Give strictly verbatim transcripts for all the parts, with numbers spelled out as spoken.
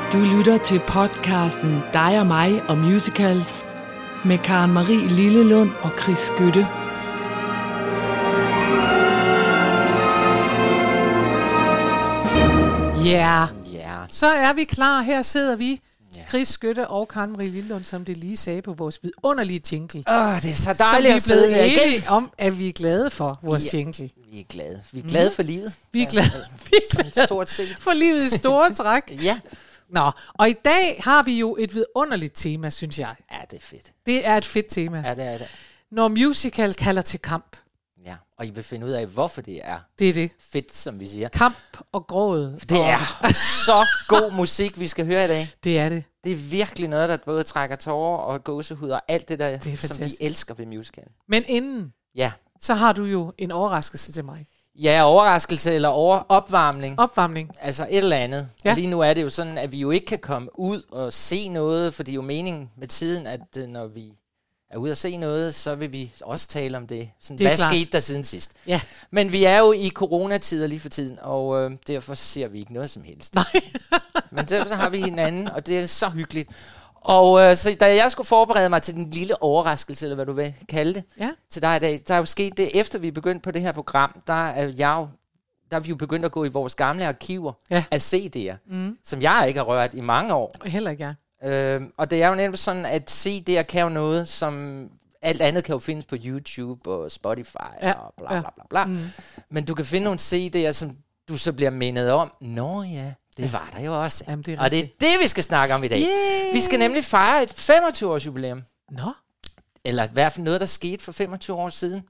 Du lytter til podcasten Dig og mig og musicals med Karen Marie Lillelund og Chris Skytte. Ja, Ja. så er vi klar. Her sidder vi, Ja. Chris Skytte og Karen Marie Lillelund, som det lige sagde på vores vidunderlige jingle. Åh, oh, det er så Som vi dejligt er at sidde her blevet igen. enige om, at vi er glade for vores Ja. jingle. Vi er glade. Vi er glade mm. for livet. Vi er glade, vi er Sådan glade stort set. for livet i store træk. Ja. Nå, og i dag har vi jo et vidunderligt tema, synes jeg. Ja, det er fedt. Det er et fedt tema. Ja, det er det. Når musical kalder til kamp. Ja, og I vil finde ud af, hvorfor det er Det er det. fedt, som vi siger. Kamp og gråd. Det og, er så god musik, vi skal høre i dag. Det er det. Det er virkelig noget, der både trækker tårer og gåsehud og alt det der, Det er som vi fantastisk. elsker ved musical. Men inden, Ja. så har du jo en overraskelse til mig. Ja, overraskelse eller over opvarmning. Opvarmning. Altså et eller andet. Ja. Og lige nu er det jo sådan, at vi jo ikke kan komme ud og se noget, for det er jo meningen med tiden, at øh, når vi er ude og se noget, så vil vi også tale om det. Sådan, Det er hvad klart. skete der siden sidst? Ja. Men vi er jo i coronatider lige for tiden, og øh, derfor ser vi ikke noget som helst. Nej. Men derfor har vi hinanden, og det er så hyggeligt. Og øh, så da jeg skulle forberede mig til den lille overraskelse, eller hvad du vil kalde det, Ja. til dig i dag, der er jo sket det, efter vi begyndte på det her program, der er jeg jo, der er vi jo begyndt at gå i vores gamle arkiver Ja. af C D'er, Mm. som jeg ikke har rørt i mange år. Heller ikke jeg. Øhm, og det er jo netop sådan, at C D'er kan jo noget, som alt andet kan jo findes på YouTube og Spotify Ja, og bla ja. bla bla bla. Mm. Men du kan finde nogle C D'er, som du så bliver mindet om. Nå ja, det Ja. var der jo også. Jamen, det er Og det er rigtigt. det, vi skal snakke om i dag. Yeah. Vi skal nemlig fejre et femogtyve års jubilæum. Nå. Eller i hvert fald noget, der skete for femogtyve år siden.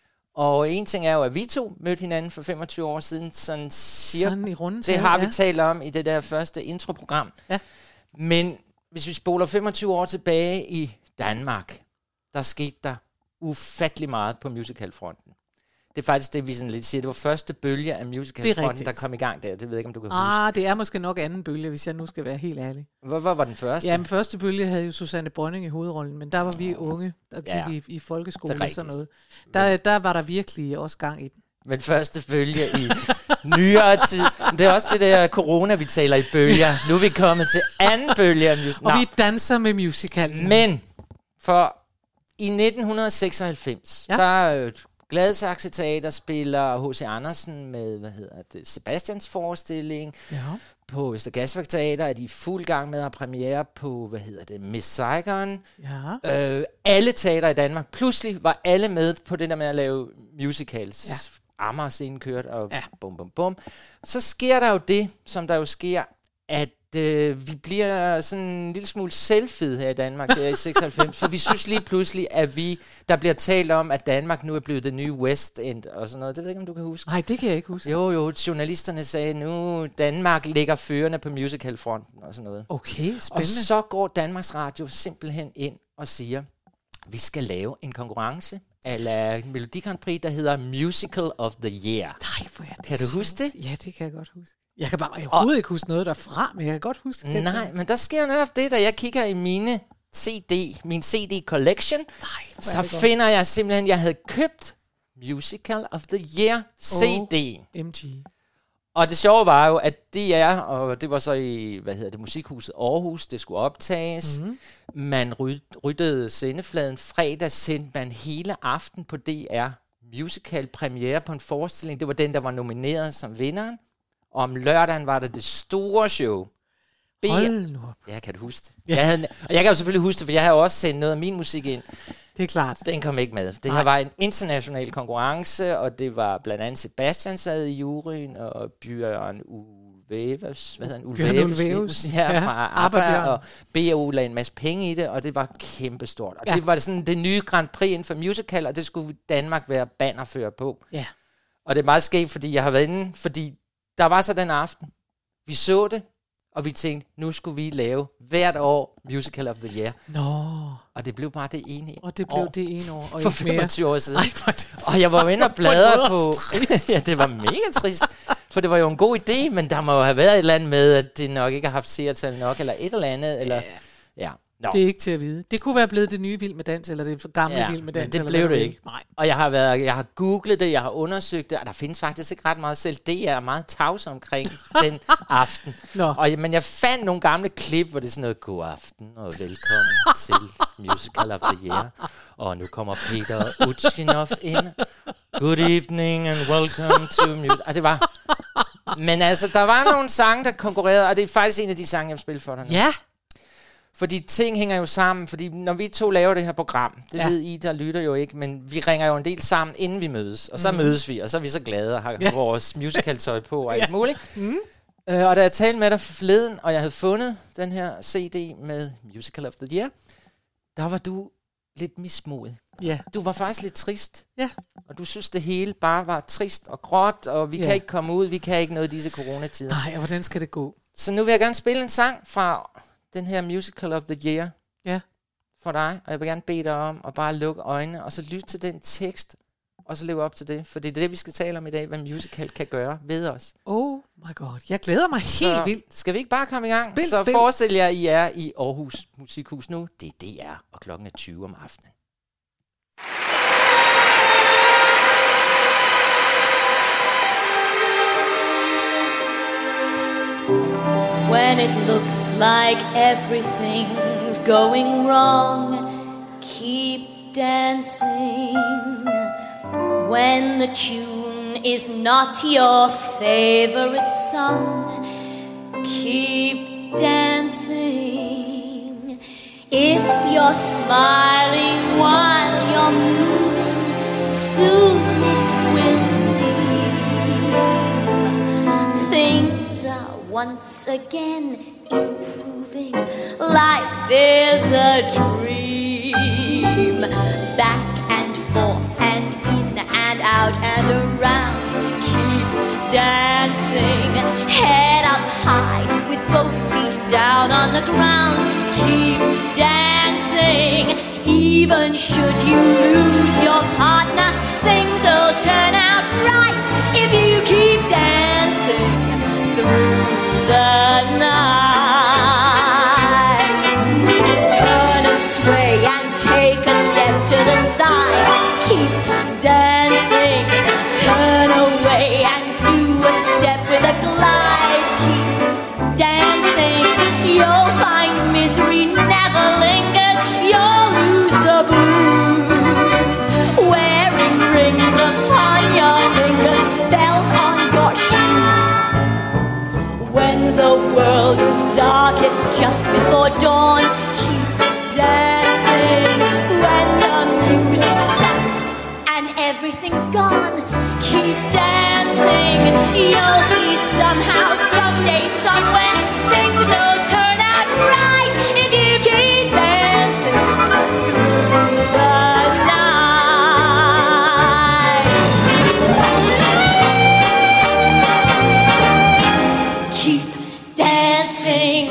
Og en ting er jo, at vi to mødte hinanden for femogtyve år siden. Sådan cirka. Sådan i runde Det har vi talt om i det der første introprogram. Ja. Men hvis vi spoler femogtyve år tilbage i Danmark, der skete der ufattelig meget på musicalfronten. Det er faktisk det, vi sådan lidt siger. Det var første bølge af musicalfronten, rigtigt. der kom i gang der. Det ved jeg ikke, om du kan huske. Ah, det er måske nok anden bølge, hvis jeg nu skal være helt ærlig. Hvor, hvor var den første? Ja, den første bølge havde jo Susanne Brønding i hovedrollen, men der var vi unge, der gik Ja. i, i folkeskole Det er og sådan rigtigt. noget. Der, der var der virkelig også gang i den. Men første bølge i nyere tid. Det er også det der corona, vi taler i bølger. Nu er vi kommet til anden bølge af musical. Og vi danser med musical. Men for i nitten seksoghalvfems, Ja. ja. der øh, Gladsaxe Teater spiller H C Andersen med, hvad hedder det, Sebastians forestilling. Ja. På Østergasværk Teater er de i fuld gang med at have premiere på, hvad hedder det, Miss Saigon. Ja. Øh, alle teater i Danmark. Pludselig var alle med på det der med at lave musicals. Ja. Amager scenen kørt, og Ja. bum, bum, bum. Så sker der jo det, som der jo sker, at øh, vi bliver sådan en lille smule selvfede her i Danmark der i seksoghalvfems, for vi synes lige pludselig, at vi, der bliver talt om, at Danmark nu er blevet det nye West End og sådan noget. Det ved jeg ikke, om du kan huske. Nej, det kan jeg ikke huske. Jo, jo, journalisterne sagde, nu Danmark ligger førende på musicalfronten og sådan noget. Okay, Og spændende. så går Danmarks Radio simpelthen ind og siger, vi skal lave en konkurrence eller Melodi Grand Prix, der hedder Musical of the Year. Nej, hvor er det Kan du sjovt. huske det? Ja, det kan jeg godt huske. Jeg kan bare overhovedet ikke huske noget derfra, men jeg kan godt huske det. Nej, men der sker jo netop det, da jeg kigger i mine C D, min C D collection, Nej, hvor er så det godt. finder jeg simpelthen, jeg havde købt Musical of the Year C D'en. M G. Og det sjove var jo, at D R, og det var så i, hvad hedder det, Musikhuset Aarhus, det skulle optages. Mhm. Man ry- ryddede sendefladen. Fredag sendte man hele aften på D R musical premiere på en forestilling. Det var den, der var nomineret som vinderen. Og om lørdagen var det det store show. B- Hold nu op. Ja, kan du huske det? Ja. Jeg havde, og jeg kan jo selvfølgelig huske det, for jeg har jo også sendt noget af min musik ind. Det er klart. Den kom ikke med. Det Nej. her var en international konkurrence, og det var blandt andet Sebastian sad i juryen, og Bjørn Ulvaeus, hvad hedder han? Bjørn Ulvaeus, Ulvaeus. ja, Ja, fra ABBA ABBA, Bjørn. og B O lagde en masse penge i det, og det var kæmpestort. Og Ja. det var sådan det nye Grand Prix inden for musical, og det skulle Danmark være bannerfører på. Ja. Og det er meget skægt, fordi jeg har været inde, fordi der var så den aften, vi så det, og vi tænkte, nu skulle vi lave hvert år Musical of the Year. Nå, Og det blev bare det ene og det blev år. det ene år, og For ikke mere. femogtyve år siden. Ej, hvor er det Og jeg var jo inde og På en bladre måde på... også trist. Ja, det var mega trist. For det var jo en god idé, men der må jo have været et eller andet med, at det nok ikke har haft seertal nok, eller et eller andet. Eller... Ja. Nå. Det er ikke til at vide. Det kunne være blevet det nye Vild med Dans, eller det gamle ja, Vild med Dans. Men det blev det ikke. Nej. Og jeg har, været, jeg har googlet det, jeg har undersøgt det, og der findes faktisk ikke ret meget selv. Det er meget tavs omkring den aften. Og, men jeg fandt nogle gamle klip, hvor det er sådan noget, god aften og velkommen til Musical of the Year. Og nu kommer Peter Ustinov ind. Good evening and welcome to music. Og det var... Men altså, der var nogle sange, der konkurrerede, og det er faktisk en af de sange, jeg vil spille for dig nu. Ja. Fordi ting hænger jo sammen, fordi når vi to laver det her program, det ja. ved I, der lytter jo ikke, men vi ringer jo en del sammen, inden vi mødes, og så mm. mødes vi, og så er vi så glade og har ja. vores musical-tøj på og alt ja. muligt. Mm. Øh, og da jeg talte med dig forleden, og jeg havde fundet den her C D med Musical of the Year, der var du lidt mismodig. Ja. Du var faktisk lidt trist. Ja. Og du synes, det hele bare var trist og gråt, og vi ja. kan ikke komme ud, vi kan ikke noget i disse coronatider. Nej, og hvordan skal det gå? Så nu vil jeg gerne spille en sang fra den her Musical of the Year ja. for dig, og jeg vil gerne bede dig om at bare lukke øjnene, og så lytte til den tekst, og så leve op til det, for det er det, vi skal tale om i dag, hvad musical kan gøre ved os. Oh my god, jeg glæder mig helt så vildt. Skal vi ikke bare komme i gang? Spil, så spil. forestil jer, I er i Aarhus Musikhus nu. Det er D R, og klokken er tyve om aftenen. When it looks like everything's going wrong, keep dancing. When the tune is not your favorite song, keep dancing. If you're smiling while you're moving, soon it will seem things are once again improving. Life is a dream. Back and forth and in and out and around. Keep dancing. Head up high with both feet down on the ground. Keep dancing. Even should you lose your partner, things will turn out right if you keep dancing through the night. Turn and sway and take a step to the side. Keep dancing. Turn away and do a step with a glide. Keep dancing. You'll find misery never lingers. You'll lose the blues. Wearing rings upon your fingers, bells on your shoes. When the world is darkest just before dawn, keep dancing. When the music stops and everything's gone, keep dancing. You'll see somehow, someday, somewhere, things will turn out right if you keep dancing through the night. Keep dancing.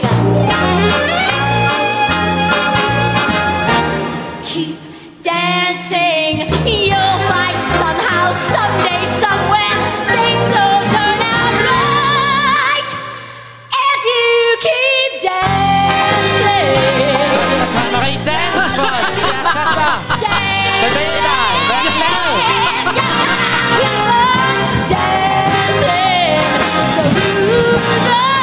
Keep dancing. You'll find somehow, someday, somewhere, things will turn out right if you keep dancing. Så kan Marie danse for os. Ja, kom så. Bevæg dig. Vær glad. Dancing through the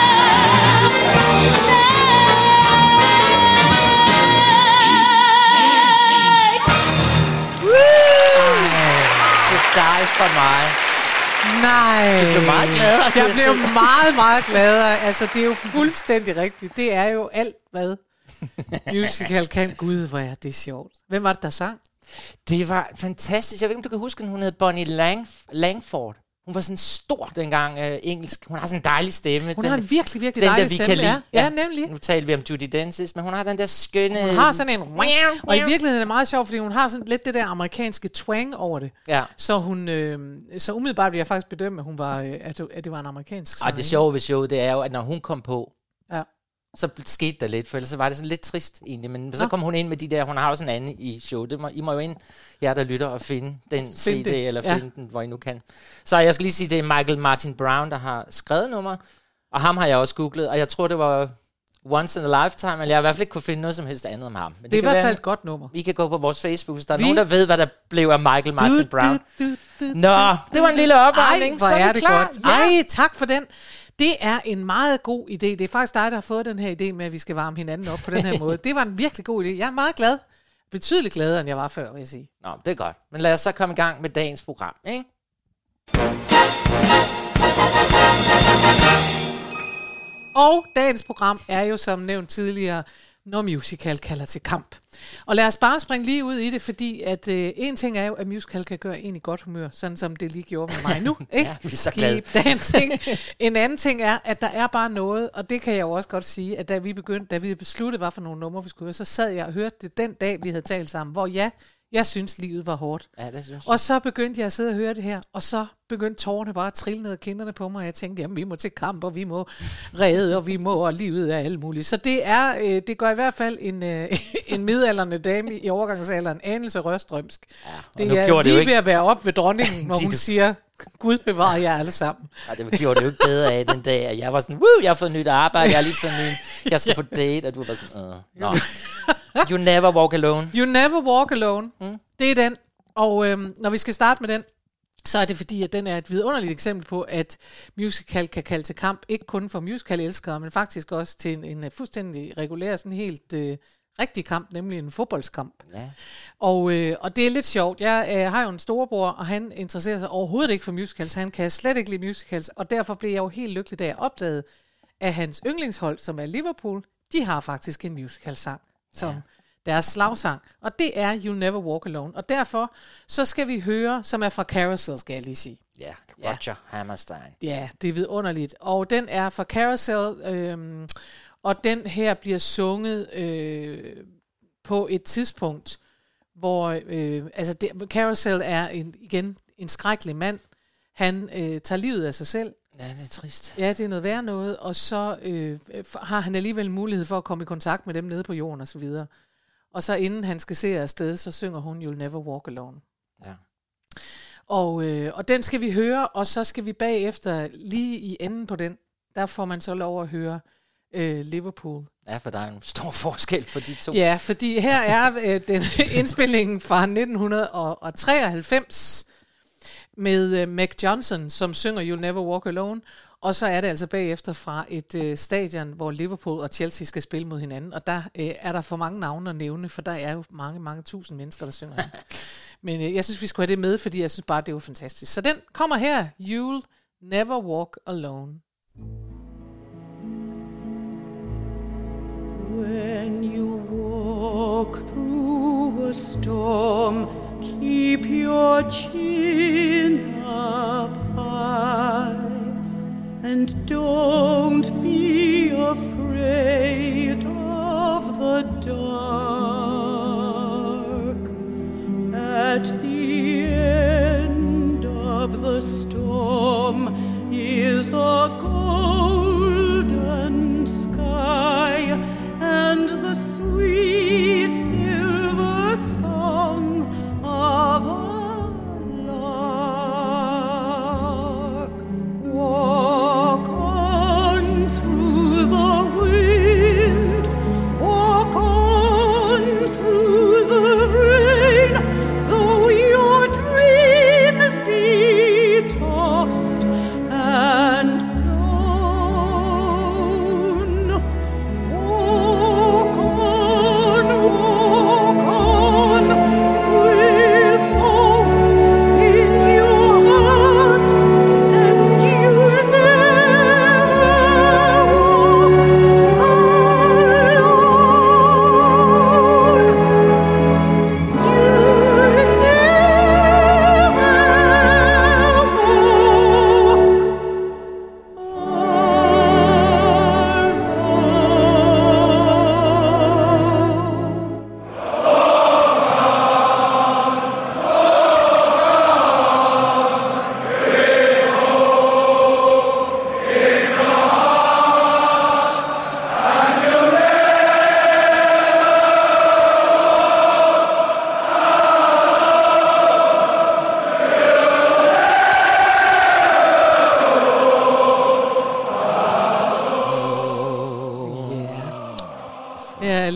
Til dig for mig. Nej. Du blev meget gladere. Jeg blev meget, meget gladere. Altså, det er jo fuldstændig rigtigt. Det er jo alt, hvad musical kan. Gud, hvor er det sjovt. Hvem var det, der sang? Det var fantastisk. Jeg ved ikke, om du kan huske, hun hed Bonnie Lang- Langford. Hun var sådan stor dengang øh, engelsk. Hun har sådan en dejlig stemme. Hun den, har en virkelig, virkelig den, dejlig der, vi stemme. kan lide. Ja, ja, nemlig. Nu talte vi om Judi Dench, men hun har den der skønne... Hun har sådan en... Og i virkeligheden er det meget sjovt, fordi hun har sådan lidt det der amerikanske twang over det. Ja. Så hun... Øh, så umiddelbart blev jeg faktisk bedømt, at, hun var, øh, at, at det var en amerikansk sang. Og det sjove ved showet, det er jo, at når hun kom på, ja. så skete der lidt, for ellers så var det sådan lidt trist egentlig. Men så kom hun ind med de der... Hun har jo sådan en anden i showet. Det må, I må jo ind, jer der lytter, og finde den find C D, det. eller finde ja. den, hvor I nu kan. Så jeg skal lige sige, det er Michael Martin Brown, der har skrevet nummer, og ham har jeg også googlet, og jeg tror, det var Once in a Lifetime, men jeg har i hvert fald ikke kunne finde noget som helst andet om ham. Men det, det er i hvert fald være, et godt nummer. Vi kan gå på vores Facebook, hvis der er vi... nogen, der ved, hvad der blev af Michael Martin du, Brown. Du, du, du, Nå, det var en lille opvarmning. Ej, hvor så er, er det klar. godt. Ej, tak for den. Det er en meget god idé. Det er faktisk dig, der har fået den her idé med, at vi skal varme hinanden op på den her måde. Det var en virkelig god idé. Jeg er meget glad. Betydeligt gladere, end jeg var før, vil jeg sige. Nå, det er godt. Men lad os så komme i gang med dagens program, ikke? Og dagens program er jo, som nævnt tidligere, Når musical kalder til kamp. Og lad os bare springe lige ud i det, fordi at øh, en ting er jo, at musical kan gøre en i godt humør, sådan som det lige gjorde med mig nu. Ikke? Ja, vi er så glade. Dancing. En anden ting er, at der er bare noget, og det kan jeg jo også godt sige, at da vi begyndte, da vi besluttede, hvad for nogle numre vi skulle høre, så sad jeg og hørte det den dag, vi havde talt sammen, hvor ja, jeg synes, livet var hårdt. Ja, det synes jeg. Og så begyndte jeg at sidde og høre det her, og så begyndte tårerne bare at trille ned ad kinderne på mig, og jeg tænkte, jamen vi må til kamp, og vi må redde, og vi må, og livet er alt muligt. Så det er, øh, det gør i hvert fald en, øh, en midaldrende dame i overgangsalderen, anelse rørstrømsk. Ja, det er lige ved at være op ved dronningen, når hun du... siger, Gud bevarer jer alle sammen. Ja, det gjorde det jo ikke bedre af den dag, at jeg var sådan, woo, jeg har fået nyt arbejde, jeg har lige fået ny, jeg skal på date, og du var sådan, øh, no. You never walk alone. You never walk alone. Mm. Det er den. Og øhm, når vi skal starte med den, så er det fordi, at den er et vidunderligt eksempel på, at musical kan kalde til kamp, ikke kun for musical-elskere, men faktisk også til en, en fuldstændig regulær, sådan helt øh, rigtig kamp, nemlig en fodboldskamp. Ja. Og, øh, og det er lidt sjovt. Jeg øh, har jo en storebror, og han interesserer sig overhovedet ikke for musicals. Han kan slet ikke lide musicals, og derfor blev jeg jo helt lykkelig, da jeg opdagede, at hans yndlingshold, som er Liverpool, de har faktisk en musical-sang, som ja. deres slagsang. Og det er You Never Walk Alone. Og derfor så skal vi høre, som er fra Carousel, skal jeg lige sige. Ja, Roger ja. Hammerstein. Ja, det er vidunderligt. Og den er fra Carousel, øhm, og den her bliver sunget øh, på et tidspunkt, hvor øh, altså det, Carousel er en, igen en skrækkelig mand. Han øh, tager livet af sig selv. Ja, det er trist. Ja, det er noget værre noget, og så øh, har han alligevel mulighed for at komme i kontakt med dem nede på jorden og så videre. Og så inden han skal se afsted, så synger hun You'll Never Walk Alone. Ja. Og, øh, og den skal vi høre, og så skal vi bagefter, lige i enden på den, der får man så lov at høre øh, Liverpool. Ja, for der er en stor forskel på de to. Ja, fordi her er øh, den indspillingen fra nitten treoghalvfems med øh, Meg Johnson, som synger You'll Never Walk Alone. Og så er det altså bagefter fra et øh, stadion, hvor Liverpool og Chelsea skal spille mod hinanden. Og der øh, er der for mange navne at nævne, for der er jo mange, mange tusind mennesker, der synger. Men øh, jeg synes, vi skulle have det med, fordi jeg synes bare, det var fantastisk. Så den kommer her. You'll Never Walk Alone. When you walk through a storm, keep your chin up high. And don't be afraid of the dark. At the end of the storm is a golden sky and the sweet silver song of a lark.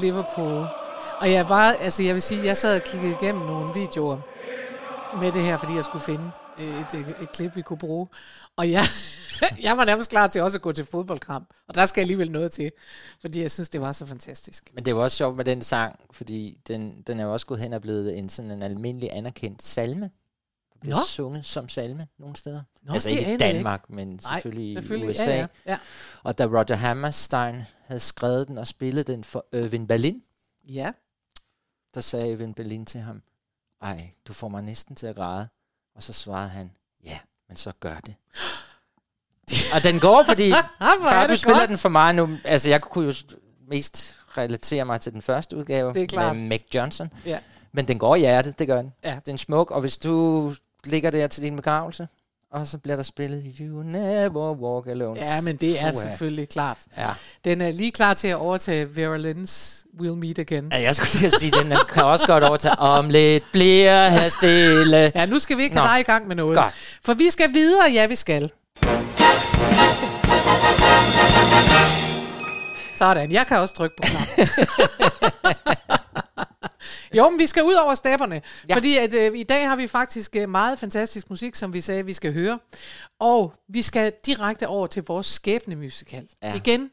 Liverpool. Og jeg bare, altså jeg vil sige, jeg sad og kiggede igennem nogle videoer med det her, fordi jeg skulle finde et, et, et klip, vi kunne bruge. Og jeg, jeg var nærmest klar til også at gå til fodboldkamp. Og der skal alligevel noget til, fordi jeg synes, det var så fantastisk. Men det var også sjovt med den sang, fordi den, den er jo også gået hen og blevet en sådan en almindelig anerkendt salme. Bliver Nå. sunget som salme nogle steder. Nå, altså det ikke i anede jeg Danmark, men Nej, selvfølgelig, selvfølgelig i U S A. ja, ja. Ja. Og da Roger Hammerstein havde skrevet den og spillet den for Irving Berlin, Ja. der sagde Irving Berlin til ham, ej, du får mig næsten til at græde. Og så svarede han, ja, men så gør det. Og den går, fordi bare du spiller godt. Den for mig nu, altså jeg kunne jo mest relatere mig til den første udgave med Meg Johnson. Ja. Men den går i hjertet, det gør den. Ja. Den er smuk, og hvis du ligger der til din begravelse, og så bliver der spillet You Never Walk Alone. Ja, men det er selvfølgelig klart. Ja. Den er lige klar til at overtage Vera Lynn's We'll Meet Again. Ja, jeg skulle til at sige, den kan også godt overtage Om lidt bliver her stille. Ja, nu skal vi ikke have Nå. dig i gang med noget. Godt. For vi skal videre, ja vi skal. Sådan, jeg kan også trykke på knappen. Jo, men vi skal ud over stepperne, ja. Fordi at, øh, i dag har vi faktisk øh, meget fantastisk musik, som vi sagde, vi skal høre. Og vi skal direkte over til vores skæbnemusical. Ja. Igen,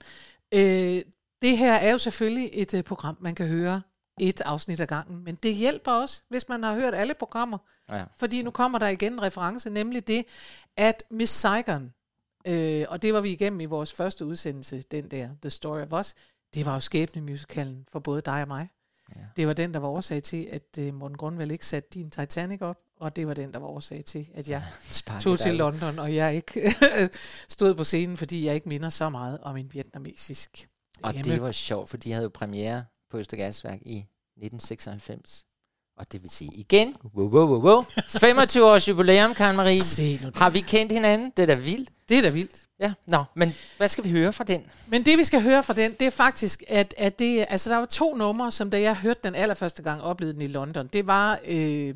øh, det her er jo selvfølgelig et øh, program, man kan høre et afsnit ad gangen. Men det hjælper også, hvis man har hørt alle programmer. Ja. Fordi nu kommer der igen en reference, nemlig det, at Miss Saigon, øh, og det var vi igennem i vores første udsendelse, den der, The Story of Us, det var jo skæbnemusicalen for både dig og mig. Ja. Det var den, der var årsag til, at uh, Morten Grundvald ikke satte din Titanic op, og det var den, der var årsag til, at jeg ja, tog til London, og jeg ikke stod på scenen, fordi jeg ikke minder så meget om en vietnamesisk Og hjemme. Det var sjovt, for de havde jo premiere på Østergasværk i nitten seksoghalvfems. Og det vil sige igen, wow, wow, wow, wow. femogtyve års jubilæum, Karen Marie. Har vi kendt hinanden? Det er da vildt. Det er da vildt. Ja, nå, men hvad skal vi høre fra den? Men det vi skal høre fra den, det er faktisk, at, at det, altså der var to numre, som da jeg hørte den allerførste gang, oplevede den i London. Det var øh,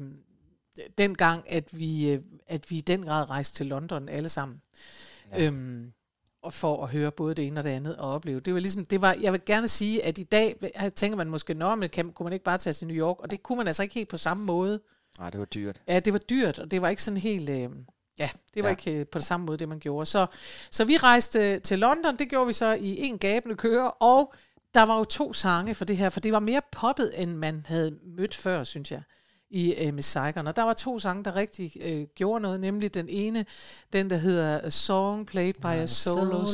den gang, at vi, øh, at vi i den grad rejste til London alle sammen. Ja. Øhm, og for at høre både det ene og det andet og opleve. Det var ligesom, det var, jeg vil gerne sige, at i dag tænker man måske, nå, men kan, kunne man ikke bare tage til New York? Og det kunne man altså ikke helt på samme måde. Nej, det var dyrt. Ja, det var dyrt, og det var ikke sådan helt... Øh, ja, det var ja. ikke på det samme måde, det man gjorde. Så, så vi rejste til London, det gjorde vi så i en gabende køre, og der var jo to sange for det her, for det var mere poppet, end man havde mødt før, synes jeg, i øh, Miss Saigon. Og der var to sange, der rigtig øh, gjorde noget, nemlig den ene, den der hedder A Song Played by a Solo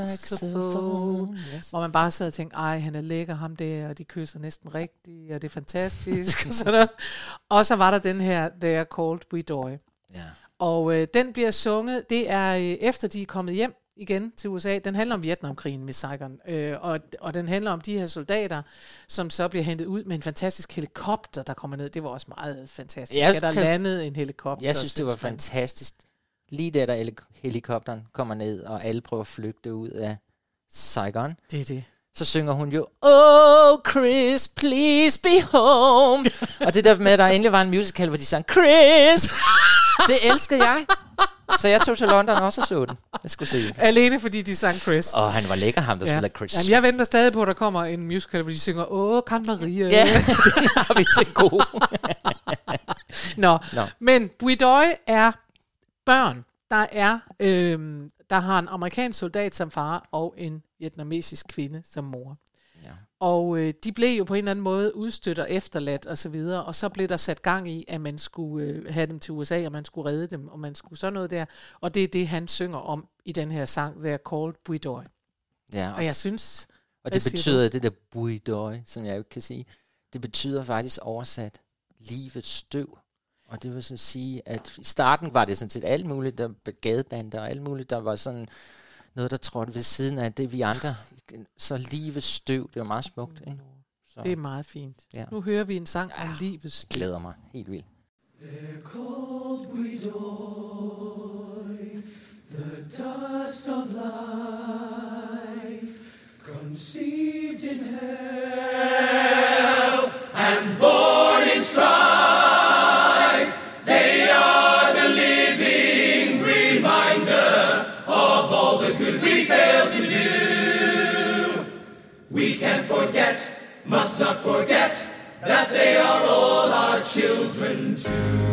Saxophone, yes. Hvor man bare sad og tænkte, ej, han er lækker, ham der, og de kysser næsten rigtigt, og det er fantastisk. og, sådan. Og så var der den her, They Are Called We Doy. Ja. Og øh, den bliver sunget, det er øh, efter de er kommet hjem igen til U S A. Den handler om Vietnamkrigen med Saigon, øh, og, og den handler om de her soldater, som så bliver hentet ud med en fantastisk helikopter, der kommer ned. Det var også meget fantastisk. Ja, der landede en helikopter. Jeg synes, det var fantastisk. Lige der, der helikopteren kommer ned, og alle prøver at flygte ud af Saigon. Det er det. Så synger hun jo, Oh Chris, please be home. Og det der med, at der endelig var en musical, hvor de sang, Chris. Det elskede jeg. Så jeg tog til London også og så den. Jeg skulle se. Alene fordi de sang Chris. Og han var lækker, ham der ja. spiller Chris. Jamen, jeg venter stadig på, at der kommer en musical, hvor de synger, Åh, Karen Marie. Ja, den har vi til gode. Nå. Nå, men Bui Doi er børn, der er, øhm, der har en amerikansk soldat som far, og en vietnamesisk kvinde som mor. Ja. Og øh, de blev jo på en eller anden måde udstødt og efterladt og så videre, og så blev der sat gang i, at man skulle øh, have dem til U S A, og man skulle redde dem, og man skulle sådan noget der. Og det er det, han synger om i den her sang, They're Called Bui Doi. Ja. Og jeg synes... Og det betyder, det der Bui Doi, som jeg jo ikke kan sige, det betyder faktisk oversat livets støv. Og det vil så sige, at i starten var det sådan set alt muligt, der var gadebander og alt muligt, der var sådan noget, der trådte ved siden af det, vi andre. Så livets støv, det var meget smukt, ikke? Så. Det er meget fint. Ja. Nu hører vi en sang om ah, livets støv. Glæder mig helt vildt. They're called Bui Doi, the dust of life, conceived in hell and born in strife. They are the living reminder of all the good we failed to do. We can't forget must not forget that they are all our children too.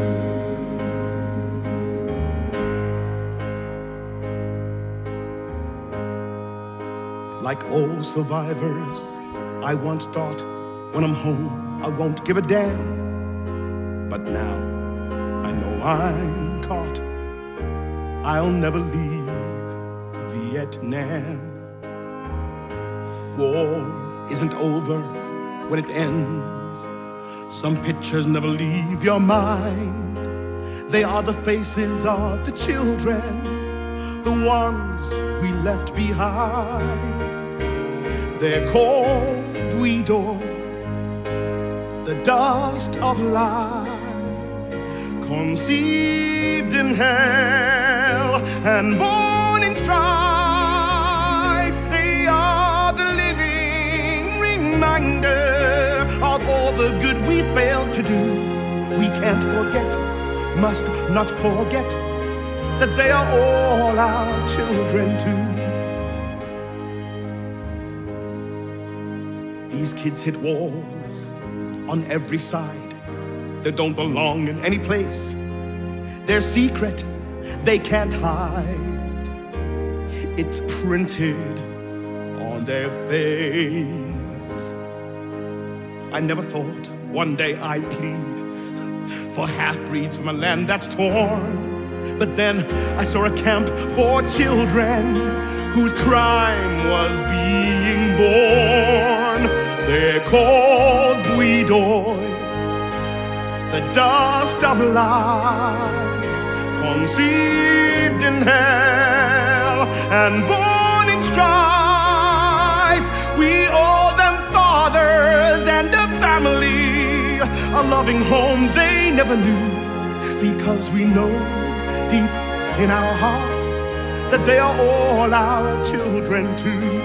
Like all survivors, I once thought, when I'm home, I won't give a damn. But now, I know I'm caught. I'll never leave Vietnam. War isn't over when it ends. Some pictures never leave your mind. They are the faces of the children, the ones we left behind. They're called Guido, the dust of life, conceived in hell and born in strife. They are the living reminder of all the good we failed to do. We can't forget, must not forget, that they are all our children too. These kids hit walls on every side. They don't belong in any place. Their secret they can't hide. It's printed on their face. I never thought one day I'd plead for half-breeds from a land that's torn. But then I saw a camp for children whose crime was being born. They're called Guido, the dust of life, conceived in hell and born in strife. We owe them fathers and a family, a loving home they never knew, because we know deep in our hearts that they are all our children too.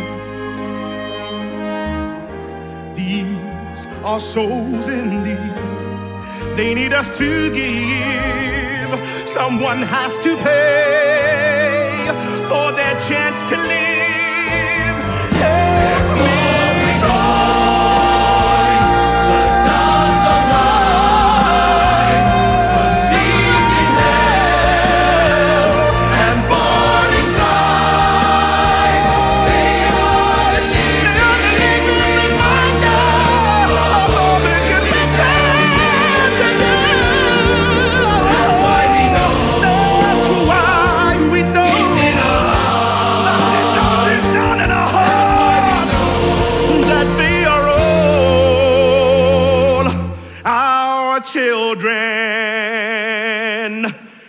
These are souls in need. They need us to give. Someone has to pay for their chance to live. Every joy, the dust of life, conceived in hell and born in strife. They are the living reminder of all the good we failed to do. That's why we know, That's why we know. deep in our hearts, Deep down in our that's why we hearts, know. that they are all our children.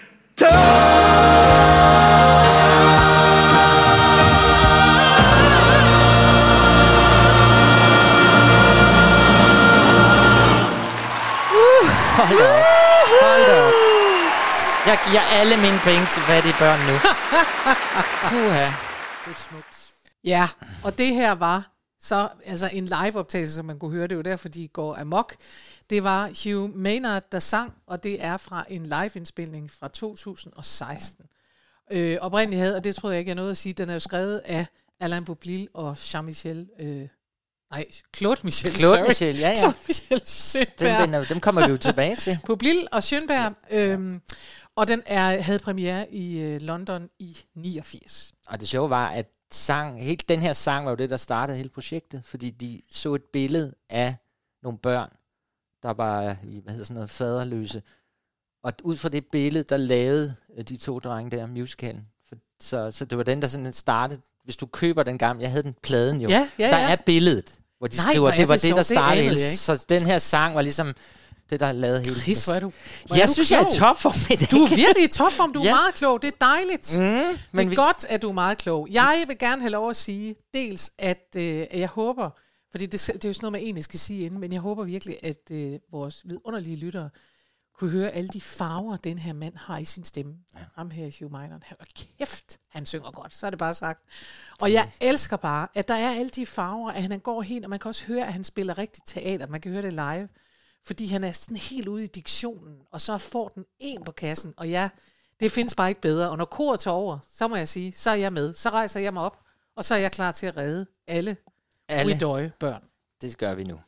Hold da op. Hold da op. Jeg giver alle mine penge til fattige børn nu. Puha. Det er smukt. Ja, og det her var så altså en live-optagelse, som man kunne høre. Det er jo derfor, de går amok. Det var Hugh Maynard, der sang, og det er fra en live-indspilning fra to tusind og seksten. Øh, oprindeligt havde, og det troede jeg ikke, jeg nåede at sige, den er jo skrevet af Alain Boublil og Jean-Michel... Øh, nej, Claude Michel, Claude sorry. Michel, ja, ja. Claude Michel Dem, Schönberg. vender, dem kommer vi jo tilbage til. Boublil og Schönberg. Øhm, og den er, havde premiere i øh, London i niogfirs. Og det sjove var, at sang, helt den her sang var jo det, der startede hele projektet, fordi de så et billede af nogle børn, der var, hvad hedder sådan noget, faderløse. Og ud fra det billede, der lavede de to drenge der musicalen. For, så, så det var den, der sådan startede. Hvis du køber den gamle, jeg havde den pladen jo, Ja, ja, der ja. er billedet, hvor de Nej, skriver, hvor er det var det det, der sjovt. Det startede anede hele. jeg ikke. Så den her sang var ligesom det, der lavede hele. Chris, hvor er du, hvor er Jeg du synes, jeg er i klog. topform i dag. Du er virkelig i topform. Du er Ja. meget klog. Det er dejligt. Mm, Men men det vi, er godt, at du er meget klog. Jeg vil gerne have lov at sige, dels at, øh, at jeg håber, fordi det, det er jo sådan noget, man egentlig skal sige inden, men jeg håber virkelig, at øh, vores vidunderlige lyttere kunne høre alle de farver, den her mand har i sin stemme. Ja. Ham her, Hugh Maynard. Hold kæft, han synger godt. Så er det bare sagt. Og jeg elsker bare, at der er alle de farver, at han går helt, og man kan også høre, at han spiller rigtigt teater. Man kan høre det live. Fordi han er sådan helt ude i diktionen, og så får den en på kassen. Og ja, det findes bare ikke bedre. Og når koret tager over, så må jeg sige, så er jeg med. Så rejser jeg mig op, og så er jeg klar til at redde alle alle. Widøje børn. Det gør vi nu.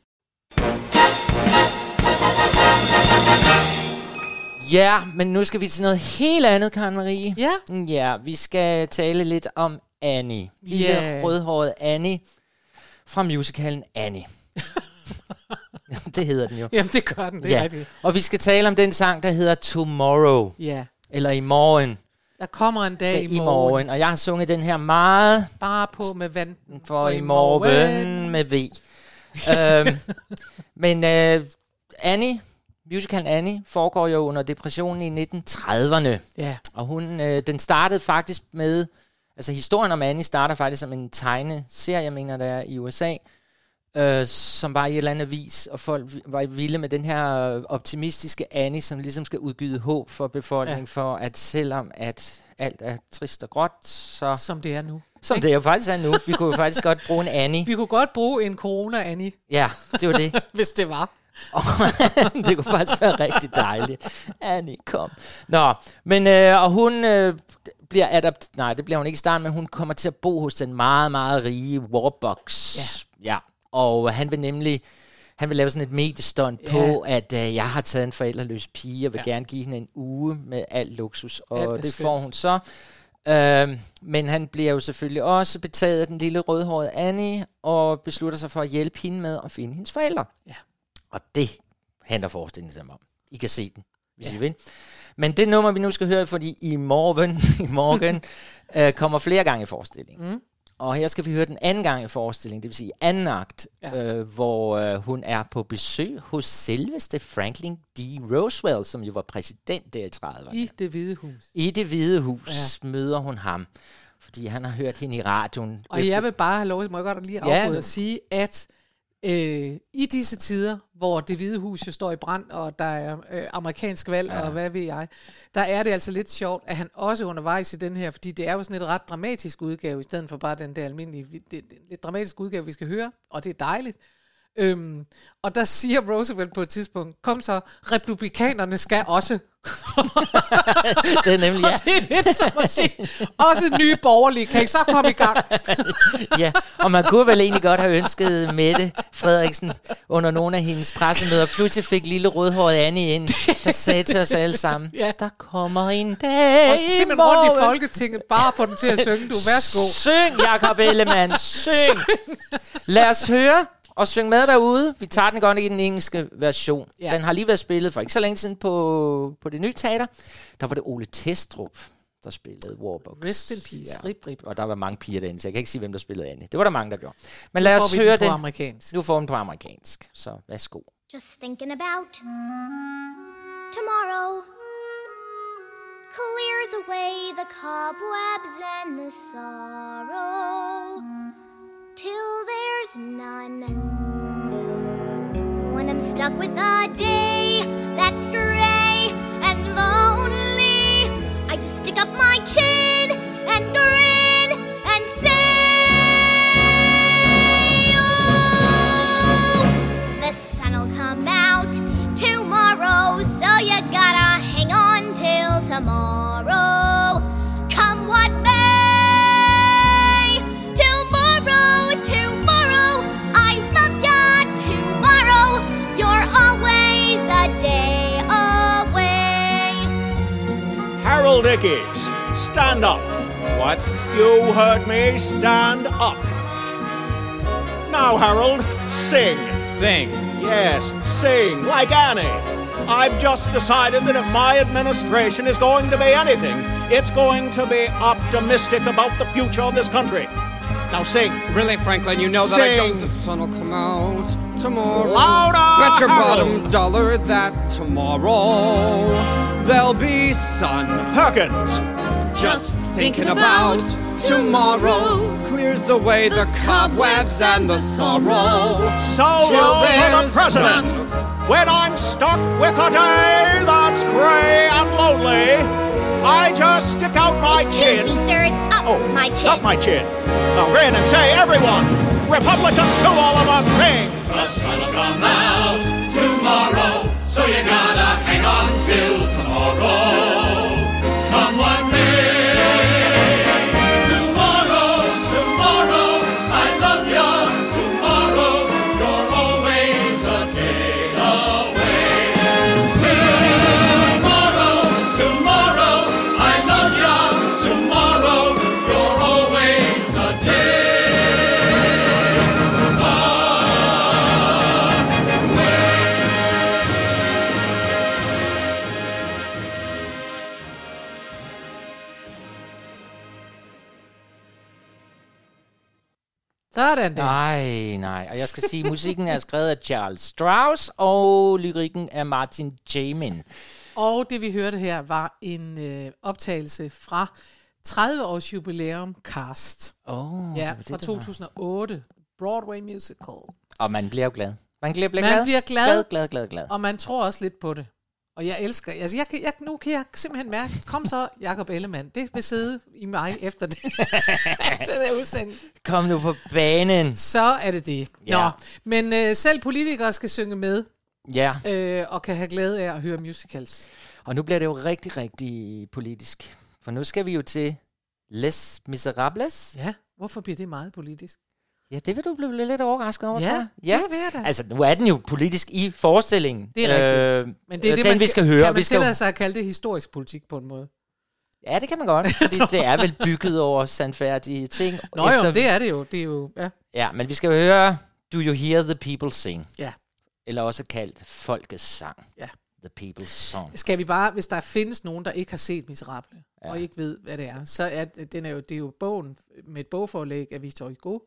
Ja, men nu skal vi til noget helt andet, Karen Marie. Ja. Ja, vi skal tale lidt om Annie. Lille Yeah. rødhåret Annie fra musicalen Annie. Det hedder den jo. Jamen, det gør den, det Ja. er rigtigt. Og vi skal tale om den sang, der hedder Tomorrow. Ja. Eller I morgen. Der kommer en dag Ja, i I morgen. morgen. Og jeg har sunget den her meget Bare på med vand. for i morgen med V. øhm, men øh, Annie, musicalen Annie, foregår jo under depressionen i nitten trediverne. Ja. Og hun, øh, den startede faktisk med, altså historien om Annie starter faktisk som en tegneserie, jeg mener, der er i U S A, øh, som var i et eller andet avis, og folk var vilde med den her optimistiske Annie, som ligesom skal udgyde håb for befolkningen, ja. For at selvom at alt er trist og gråt, så... Som det er nu. Som det jo faktisk er nu. Vi kunne jo faktisk godt bruge en Annie. Vi kunne godt bruge en corona-Annie. Ja, det var det. Hvis det var. Det kunne faktisk være rigtig dejligt. Annie, kom. Nå, men øh, og hun øh, bliver adapt... Nej, det bliver hun ikke i starten, men hun kommer til at bo hos den meget, meget rige Warbucks. Ja. Ja. Og han vil nemlig... Han vil lave sådan et mediestunt Ja. på, at øh, jeg har taget en forældreløs pige, og vil Ja. gerne give hende en uge med al luksus. Og Alt er det skønt. får hun så. Øh, men han bliver jo selvfølgelig også betaget af den lille rødhårede Annie, og beslutter sig for at hjælpe hende med at finde hendes forældre. Ja. Og det handler forestillingen om. I kan se den, hvis Ja. I vil. Men det nummer, vi nu skal høre, fordi i morgen, i morgen øh, kommer flere gange i forestillingen. Mm. Og her skal vi høre den anden gang i forestillingen, det vil sige anden akt, Ja. øh, hvor øh, hun er på besøg hos selveste Franklin D. Roosevelt, som jo var præsident der i trediverne. I det hvide hus. I det hvide hus ja. møder hun ham, fordi han har hørt hende i radioen. Og jeg vil bare have lov, må jeg godt lige Ja, afbryde nu. og sige, at øh, i disse tider, hvor det hvide hus jo står i brand, og der er øh, amerikansk valg, ja. og hvad ved jeg, der er det altså lidt sjovt, at han også undervejs i den her, fordi det er jo sådan et ret dramatisk udgave, i stedet for bare den der almindelige, det, det, lidt dramatisk udgave, vi skal høre, og det er dejligt. Øhm, og der siger Roosevelt på et tidspunkt, kom så, republikanerne skal også. Det er nemlig, ja. Og det er lidt som at sige, også nye borgerlige, kan I så komme i gang? Ja, og man kunne vel egentlig godt have ønsket Mette Frederiksen under nogle af hendes pressemøder. Pludselig fik lille rødhåret Annie ind, der sagde til os alle sammen, Ja. der kommer en dag Og simpelthen rundt i Folketinget, bare få dem til at synge, du, værsgo. Syng, Jakob Ellemann, syng. Lad os høre og synge med derude. Vi tager den godt i den engelske version. Ja. Den har lige været spillet for ikke så længe siden på, på det nye teater. Der var det Ole Testrup, der spillede Warbucks. Rest in peace, rip, rip. Og der var mange piger derinde, så jeg kan ikke sige, hvem der spillede Annie. Det var der mange, der gjorde. Men Nu lad får os vi høre den på den. amerikansk. Nu får vi den på amerikansk. Så værsgo. Just thinking about tomorrow clears away the cobwebs and the sorrow till there's none. When I'm stuck with a day that's gray and lonely, I just stick up my chin and grin and say, oh, the sun'll come out tomorrow, so you gotta hang on till tomorrow. Come what may, tomorrow, tomorrow, I love ya, tomorrow, you're always a day away. Harold Ickes, stand up. What? You heard me, stand up. Now, Harold, sing. Sing. Yes, sing, like Annie. I've just decided that if my administration is going to be anything, it's going to be optimistic about the future of this country. Now sing. Really, Franklin, you know that I Sing. don't... The sun will come out tomorrow. Louder, Bet your Harold. bottom dollar that tomorrow there'll be sun. Perkins. Just thinking about tomorrow clears away the cobwebs and the sorrow. Solo Till for the there's president. none. When I'm stuck with a day that's gray and lonely, I just stick out my Excuse chin. me, sir, it's up Oh, my chin. up my chin. Now grin and say, everyone, Republicans to all of us, sing. The sun'll come out tomorrow, so you gotta hang on till tomorrow. Come what may. Tomorrow, tomorrow, I love ya. Tomorrow, you're Sådan der. Nej, nej. Og jeg skal sige, at musikken er skrevet af Charles Strauss, og lyrikken af Martin Jamin. Og det vi hørte her var en øh, optagelse fra tredive års jubilæum Cast. Oh, ja, det fra det, to tusind og otte. Broadway musical. Og man bliver jo glad. Man bliver, bliver man glad. bliver glad. Glad, glad, glad, glad. Og man tror også lidt på det. Og jeg elsker, altså jeg, jeg, nu kan jeg simpelthen mærke, kom så Jakob Ellemann, det vil sidde i mig efter det. Den er udsendt. Kom nu på banen. Så er det det. Ja. Nå, men øh, selv politikere skal synge med, Ja. øh, og kan have glæde af at høre musicals. Og nu bliver det jo rigtig, rigtig politisk. For nu skal vi jo til Les Miserables. Ja, hvorfor bliver det meget politisk? Ja, det vil du blive lidt overrasket over, Ja, tror jeg. det vil jeg da. Altså, nu er den jo politisk i forestillingen. Det er rigtigt. Øh, Men det er det, den, man, vi skal høre. kan man vi skal... tillade sig at kalde det historisk politik på en måde? Ja, det kan man godt, fordi det er vel bygget over sandfærdige ting. Nå efter... jo, det er det jo. Det er jo ja. Ja, men vi skal jo høre Do You Hear the People Sing? Ja. Eller også kaldt Folkets Sang. Ja. The People's Song. Skal vi bare, hvis der findes nogen, der ikke har set Miserable, ja. og ikke ved, hvad det er, så er den er jo, det er jo bogen med et bogforlæg af Victor Hugo,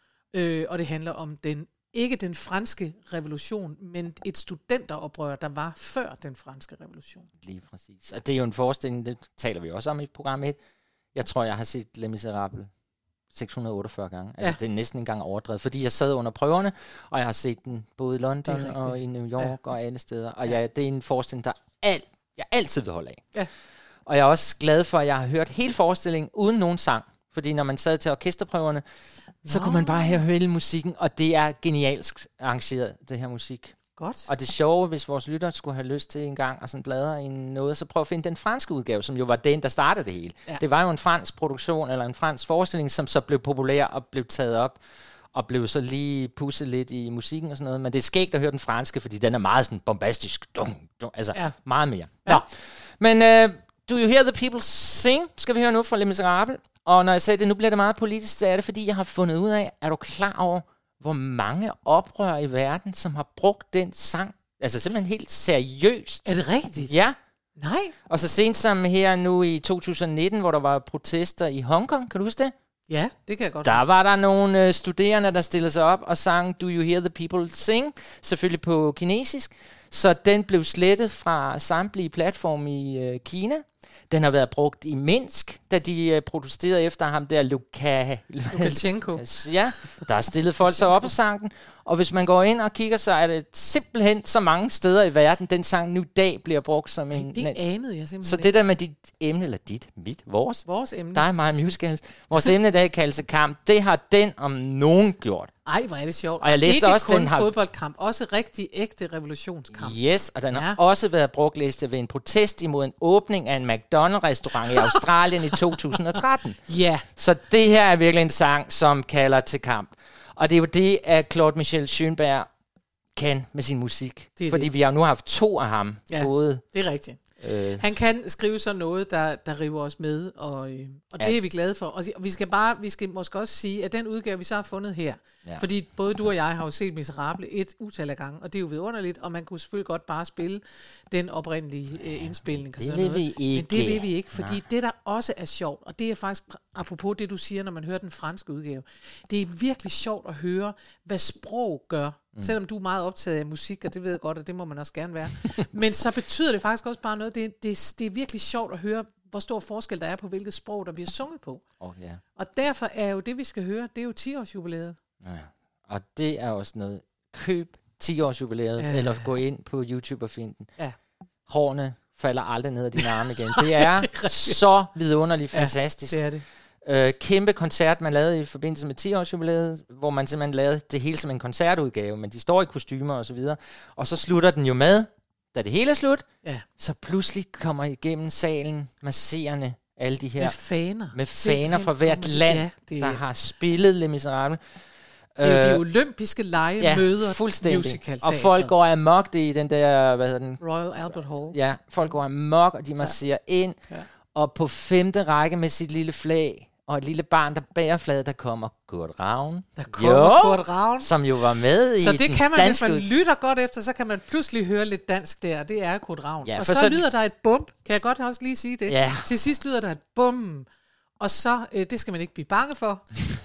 øh, og det handler om den, ikke den franske revolution, men et studenteroprør, der var før den franske revolution. Lige præcis. Og det er jo en forestilling, det taler vi også om i program et. Jeg tror, jeg har set Les Miserables seks hundrede og otteogfyrre gange. Altså, ja. Det er næsten en gang overdrevet, fordi jeg sad under prøverne, og jeg har set den både i London og i New York ja. og alle steder. Og ja. Jeg, det er en forestilling, der alt, jeg altid vil holde af. Ja. Og jeg er også glad for, at jeg har hørt hele forestillingen uden nogen sang. Fordi når man sad til orkesterprøverne, så Nå. kunne man bare høre hele musikken, og det er genialsk arrangeret, det her musik. Godt. Og det sjove, hvis vores lytter skulle have lyst til en gang og sådan bladre i noget, så prøv at finde den franske udgave, som jo var den, der startede det hele. Ja. Det var jo en fransk produktion, eller en fransk forestilling, som så blev populær og blev taget op, og blev så lige pusset lidt i musikken og sådan noget. Men det er skægt at høre den franske, fordi den er meget sådan bombastisk. Dum, dum, altså ja. meget mere. Ja. Nå. Men uh, Do You Hear the People Sing? Skal vi høre nu fra Les Miserables. Og når jeg sagde det, nu bliver det meget politisk, så er det, fordi jeg har fundet ud af, er du klar over, hvor mange oprør i verden, som har brugt den sang, altså simpelthen helt seriøst. Er det rigtigt? Ja. Nej. Og så sent som her nu i to tusind nitten, hvor der var protester i Hongkong, kan du huske det? Ja, det kan jeg godt. Der var der nogle øh, studerende, der stillede sig op og sang Do You Hear the People Sing? Selvfølgelig på kinesisk. Så den blev slettet fra samtlige platforme i øh, Kina. Den har været brugt i Minsk, da de øh, protesterede efter ham der, Luka... Lukashenko. Ja, der er stillet folk så op og sang den. Og hvis man går ind og kigger, så er det simpelthen så mange steder i verden, den sang nu i dag bliver brugt som en... Ej, det anede jeg simpelthen Så det der med dit emne, eller dit, mit, vores... Vores emne. Der er meget musicals. Vores emne, der kaldes kamp, det har den om nogen gjort. Ej, hvor er det sjovt. Og jeg læste ikke også, kun den har... fodboldkamp, også rigtig ægte revolutionskamp. Yes, og den ja. har også været brugt læste ved en protest imod en åbning af en McDonald's-restaurant i Australien i to tusind og tretten. Ja. Så det her er virkelig en sang, som kalder til kamp. Og det er jo det, at Claude Michel Schönberg kan med sin musik. Det Fordi det. vi har nu haft to af ham. Ja, både, det er rigtigt. Øh. Han kan skrive sådan noget, der, der river os med, og, øh, og det ja. er vi glade for. Og vi skal bare, vi skal måske også sige, at den udgave, vi så har fundet her, ja. fordi både du og jeg har jo set Miserable et utal af gange, og det er jo vidunderligt, og man kunne selvfølgelig godt bare spille den oprindelige øh, indspilning. Det vil vi ikke. Men det vil vi ikke, fordi Nej. det, der også er sjovt, og det er faktisk, apropos det, du siger, når man hører den franske udgave, det er virkelig sjovt at høre, hvad sprog gør. Mm. Selvom du er meget optaget af musik, og det ved jeg godt, og det må man også gerne være. Men så betyder det faktisk også bare noget. Det, det, det er virkelig sjovt at høre, hvor stor forskel der er på, hvilket sprog, der bliver sunget på. Oh, yeah. Og derfor er jo det, vi skal høre, det er jo ti-års-jubilæet. Ja. Og det er også noget. Køb ti-års-jubilæet, ja. eller gå ind på YouTube og find den. Ja. Hårene falder aldrig ned af dine arme igen. Det er, det er så vidunderligt fantastisk. Ja, det er det. Øh, kæmpe koncert, man lavede i forbindelse med ti-års-jubilæet, hvor man simpelthen lavede det hele som en koncertudgave, men de står i kostymer og så videre. Og så slutter den jo med, da det hele er slut, ja. så pludselig kommer igennem salen masserende alle de her... Med faner. Med faner fra hvert land, ja, det, der har spillet Les Miserables. Det er jo de olympiske lege ja, møder musical. Og folk går amok i den der... Hvad hedder den? Royal Albert Hall. Ja, folk går amok, og de marcherer ja. ind. Ja. Og på femte række med sit lille flag, og et lille barn, der bærer flaget, der kommer Kurt Ravn. Der kommer jo, Kurt Ravn. Som jo var med så i det den kan man, danske... hvis man lytter godt efter, så kan man pludselig høre lidt dansk der, det er Kurt Ravn. Ja, og så, så lyder der et bum, kan jeg godt også lige sige det. Ja. Til sidst lyder der et bum, og så, øh, det skal man ikke blive bange for,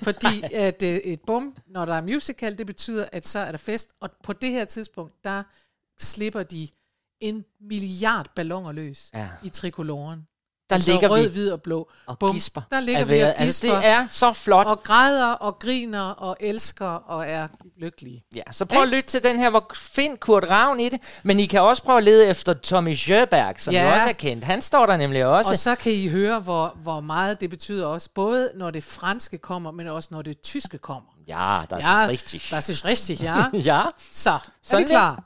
Fordi at øh, et bum, når der er musical, det betyder, at så er der fest. Og på det her tidspunkt, der slipper de en milliard balloner løs ja. i trikoloren. Der altså ligger rød, vi hvid og blå. og Bum. gisper. Der ligger vi og gisper. Altså, det er så flot. Og græder og griner og elsker og er lykkelige. Ja, så prøv at lytte til den her, hvor find Kurt Ravn i det. Men I kan også prøve at lede efter Tommy Sjöberg, som ja. jo også er kendt. Han står der nemlig også. Og så kan I høre, hvor, hvor meget det betyder også. Både når det franske kommer, men også når det tyske kommer. Ja, das ja, ist richtig. Das ist richtig, ja. ja. Så, er vi klar?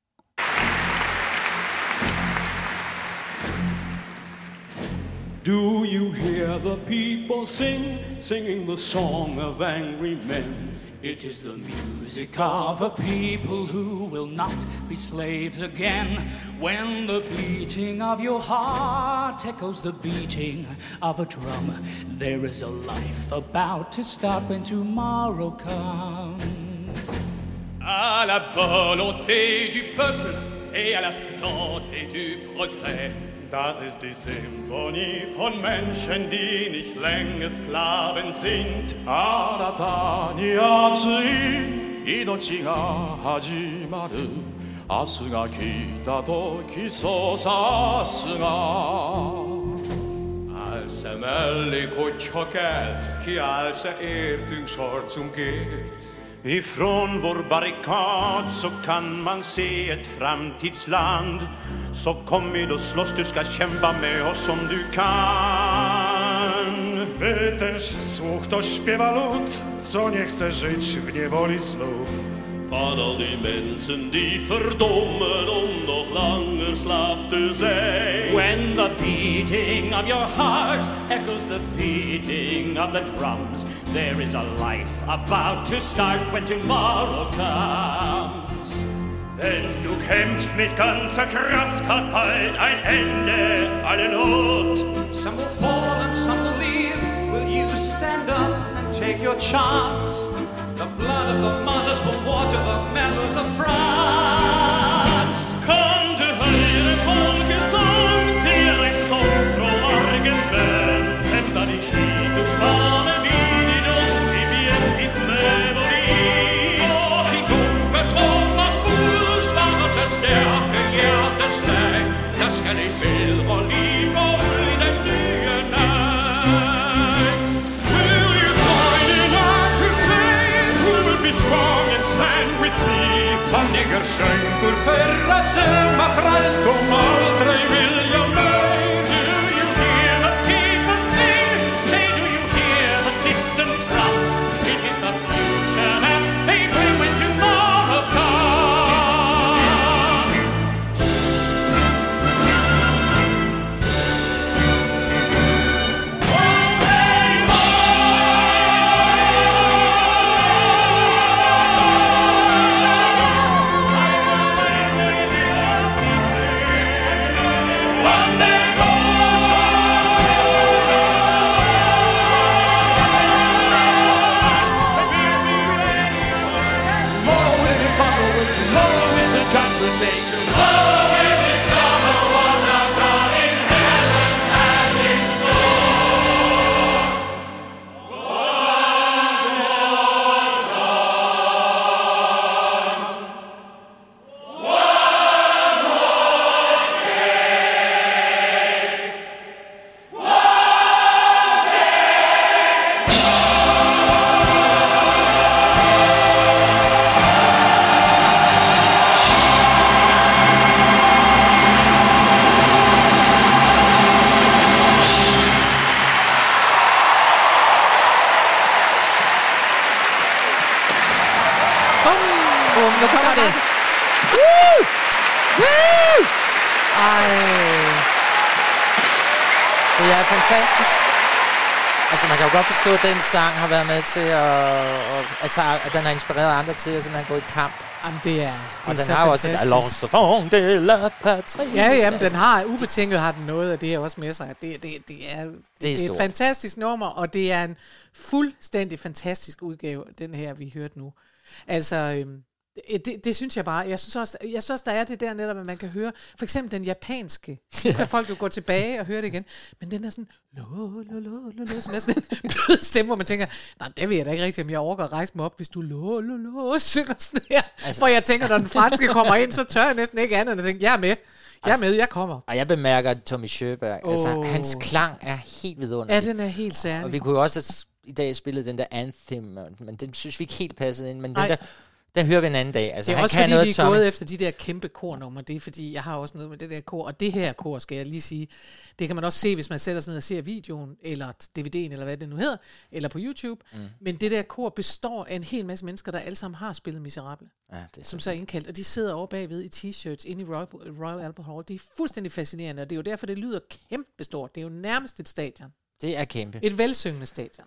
Do you hear the people sing, singing the song of angry men? It is the music of a people who will not be slaves again. When the beating of your heart echoes the beating of a drum, there is a life about to start when tomorrow comes. À la volonté du peuple et à la santé du progrès. Das ist die Symphonie von Menschen, die nicht länger Sklaven sind. あなたに熱い命が始まる。明日が来た時そうさすが。 Als er möjligt och tjockar, ki als er erdung sorts umgeht. Ifrån vår barrikad så kan man se ett framtidsland. Så kom hit och slåss, du ska kämpa med oss om du kan. Wytęż słuch to śpiewa lud, co nie chce żyć w niewoli znów. Van al die mensen die verdommen om nog langer slaaf te zijn. When the beating of your heart echoes the beating of the drums, there is a life about to start when tomorrow comes. Wenn du kämpfst mit ganzer Kraft, hat bald ein Ende alle Not. Some will fall and some will leave. Will you stand up and take your chance? The blood of the mothers will water the meadows of France. Kan du höra folkesång, det är en sång från argument. Hämta din skid och svanen in i dust, i björk, i snöv och vin. Och i gubbe Thomas Bus, varför så stärken hjärtes mig. Jag ska ditt bild och liv gå ur den nya nej. Will you find enough to say? Be strong and stand with me. Han ligger sjönkur förra sömma trält om aldrig vilja mig. Do you hear the people sing? Say, do you hear the distant drums? It is the future that they bring when tomorrow comes. One day Nu kommer det. Woo! Woo! Ej. Det er fantastisk. Altså, man kan jo godt forstå, at den sang har været med til at... Og, altså, at den har inspireret andre til at simpelthen gå i kamp. Jamen, det er, det og er den så har også fantastisk. et Alonso Fond de la Patrie. Ja, jamen, den har ubetinget har den noget af det her også med sig. Det, det, det er, det, det er, det er et fantastisk nummer, og det er en fuldstændig fantastisk udgave, den her, vi hørte nu. Altså, øhm, Det, det, det synes jeg bare. Jeg synes, også, jeg synes også, der er det der netop, at man kan høre, for eksempel den japanske, så kan folk jo gå tilbage og høre det igen, men den er sådan, lo, lo, lo, lo, lo, som er sådan en blød stemme, hvor man tænker, nej, det ved jeg da ikke rigtigt, om jeg overgår at rejse mig op, hvis du lo, lo, lo, synger sådan her. Altså, hvor jeg tænker, når den franske kommer ind, så tør jeg næsten ikke andet, end at tænke, jeg er med. Jeg er med, jeg kommer. Og jeg bemærker, at Tommy Sjöberg, oh. altså, hans klang er helt vidunderlig. Ja, den er helt særlig. Og vi kunne jo også i dag spille den der Anthem, men den synes vi ikke helt passede ind, men den der... Den hører vi en anden dag. Altså, det er han også kan fordi, noget, vi er Tommy. gået efter de der kæmpe kornummer. Det er fordi, jeg har også noget med det der kor. Og det her kor, skal jeg lige sige, det kan man også se, hvis man sætter sig ned og ser videoen, eller D V D'en, eller hvad det nu hedder, eller på YouTube. Mm. Men det der kor består af en hel masse mennesker, der alle sammen har spillet Miserable. Ja, det er som så er indkaldt. Og de sidder over bagved i t-shirts inde i Royal, Royal Albert Hall. Det er fuldstændig fascinerende, og det er jo derfor, det lyder kæmpestort. Det er jo nærmest et stadion. Det er kæmpe. Et velsyngende stadion.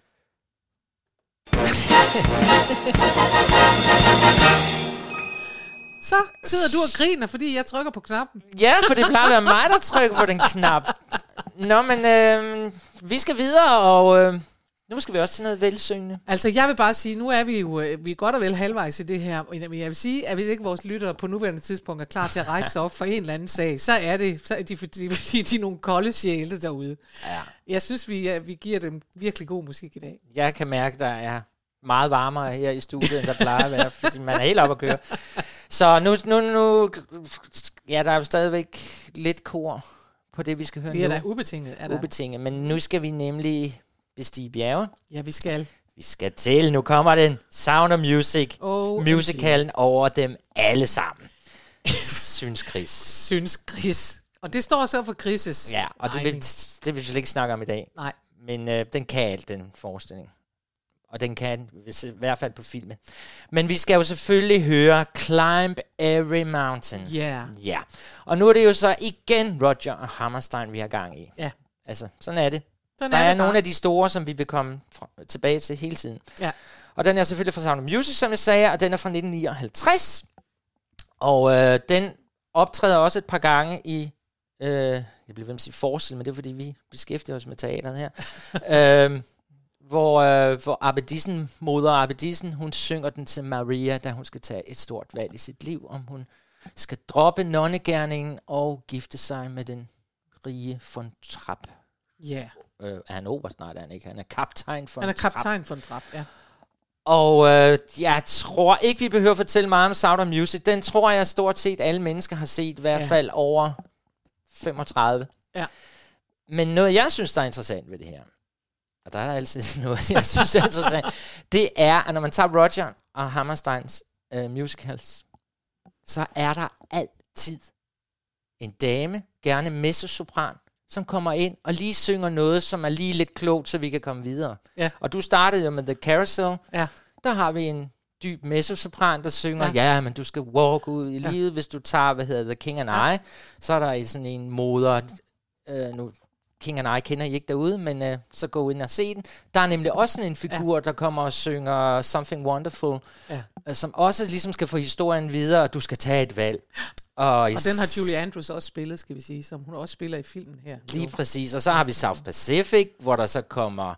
Så sidder du og griner, fordi jeg trykker på knappen. Ja, for det plejer at være mig, der trykker på den knap. Nå, men øh, vi skal videre, og øh, nu skal vi også til noget velsyngende. Altså, jeg vil bare sige, nu er vi jo vi er godt og vel halvvejs i det her, men jeg vil sige, at hvis ikke vores lyttere på nuværende tidspunkt er klar til at rejse sig op for en eller anden sag, så er det, så er de, fordi de, de er nogle kolde sjæle derude. Ja. Jeg synes, vi, vi giver dem virkelig god musik i dag. Jeg kan mærke, der er meget varmere her i studiet, end der plejer at være, fordi man er helt oppe at køre. Så nu, nu, nu, ja, der er jo stadigvæk lidt kor på det, vi skal høre nu. Det er da ubetinget. Er der. Ubetinget, men nu skal vi nemlig bestige bjerge. Ja, vi skal. Vi skal til, nu kommer den, Sound of Music, oh, musicalen over dem alle sammen. Synes Chris. Synes Chris. Og det står så for Chris'. Ja, og det vil, det vil vi slet ikke snakke om i dag. Nej. Men øh, den kan alt, den forestilling. Og den kan, i hvert fald på filmen. Men vi skal jo selvfølgelig høre Climb Every Mountain. Ja. Yeah. Ja. Og nu er det jo så igen Roger og Hammerstein, vi har gang i. Ja. Altså, sådan er det. Sådan Der er, er, det nogle af de store, som vi vil komme fra, tilbage til hele tiden. Ja. Og den er selvfølgelig fra Sound of Music, som jeg sagde, og den er fra nitten nioghalvtreds. Og øh, den optræder også et par gange i, øh, jeg bliver ved at sige forestil, men det er fordi, vi beskæftiger os med teateret her. øh, Hvor, øh, hvor Abbedissen, moder Abbedissen, hun synger den til Maria, da hun skal tage et stort valg i sit liv, om hun skal droppe nonnegerningen og gifte sig med den rige von Trapp. Ja. Yeah. Øh, er han oberst? Nej, det er han ikke. Han er kaptajn von Trapp. Han er kaptajn von Trapp, ja. Og øh, jeg tror ikke, vi behøver at fortælle meget om Sound of Music. Den tror jeg stort set alle mennesker har set, i hvert ja. fald over femogtredive. Ja. Men noget, jeg synes, der er interessant ved det her, og der er der altid noget, jeg synes er interessant, det er, at når man tager Roger og Hammersteins uh, musicals, så er der altid en dame, gerne mezzosopran, som kommer ind og lige synger noget, som er lige lidt klogt, så vi kan komme videre. Ja. Og du startede jo med The Carousel. Ja. Der har vi en dyb mezzosopran, der synger, ja, ja men du skal walk ud i ja. livet. Hvis du tager, hvad hedder The King and ja. I, så er der sådan en moder, øh, nu King and I kender I ikke derude, men øh, så gå ind og se den. Der er nemlig også en figur, ja. der kommer og synger Something Wonderful, ja. øh, som også ligesom skal få historien videre, og du skal tage et valg. Og, og den har Julie Andrews også spillet, skal vi sige, som hun også spiller i filmen her. Lige præcis. Og så har vi South Pacific, hvor der så kommer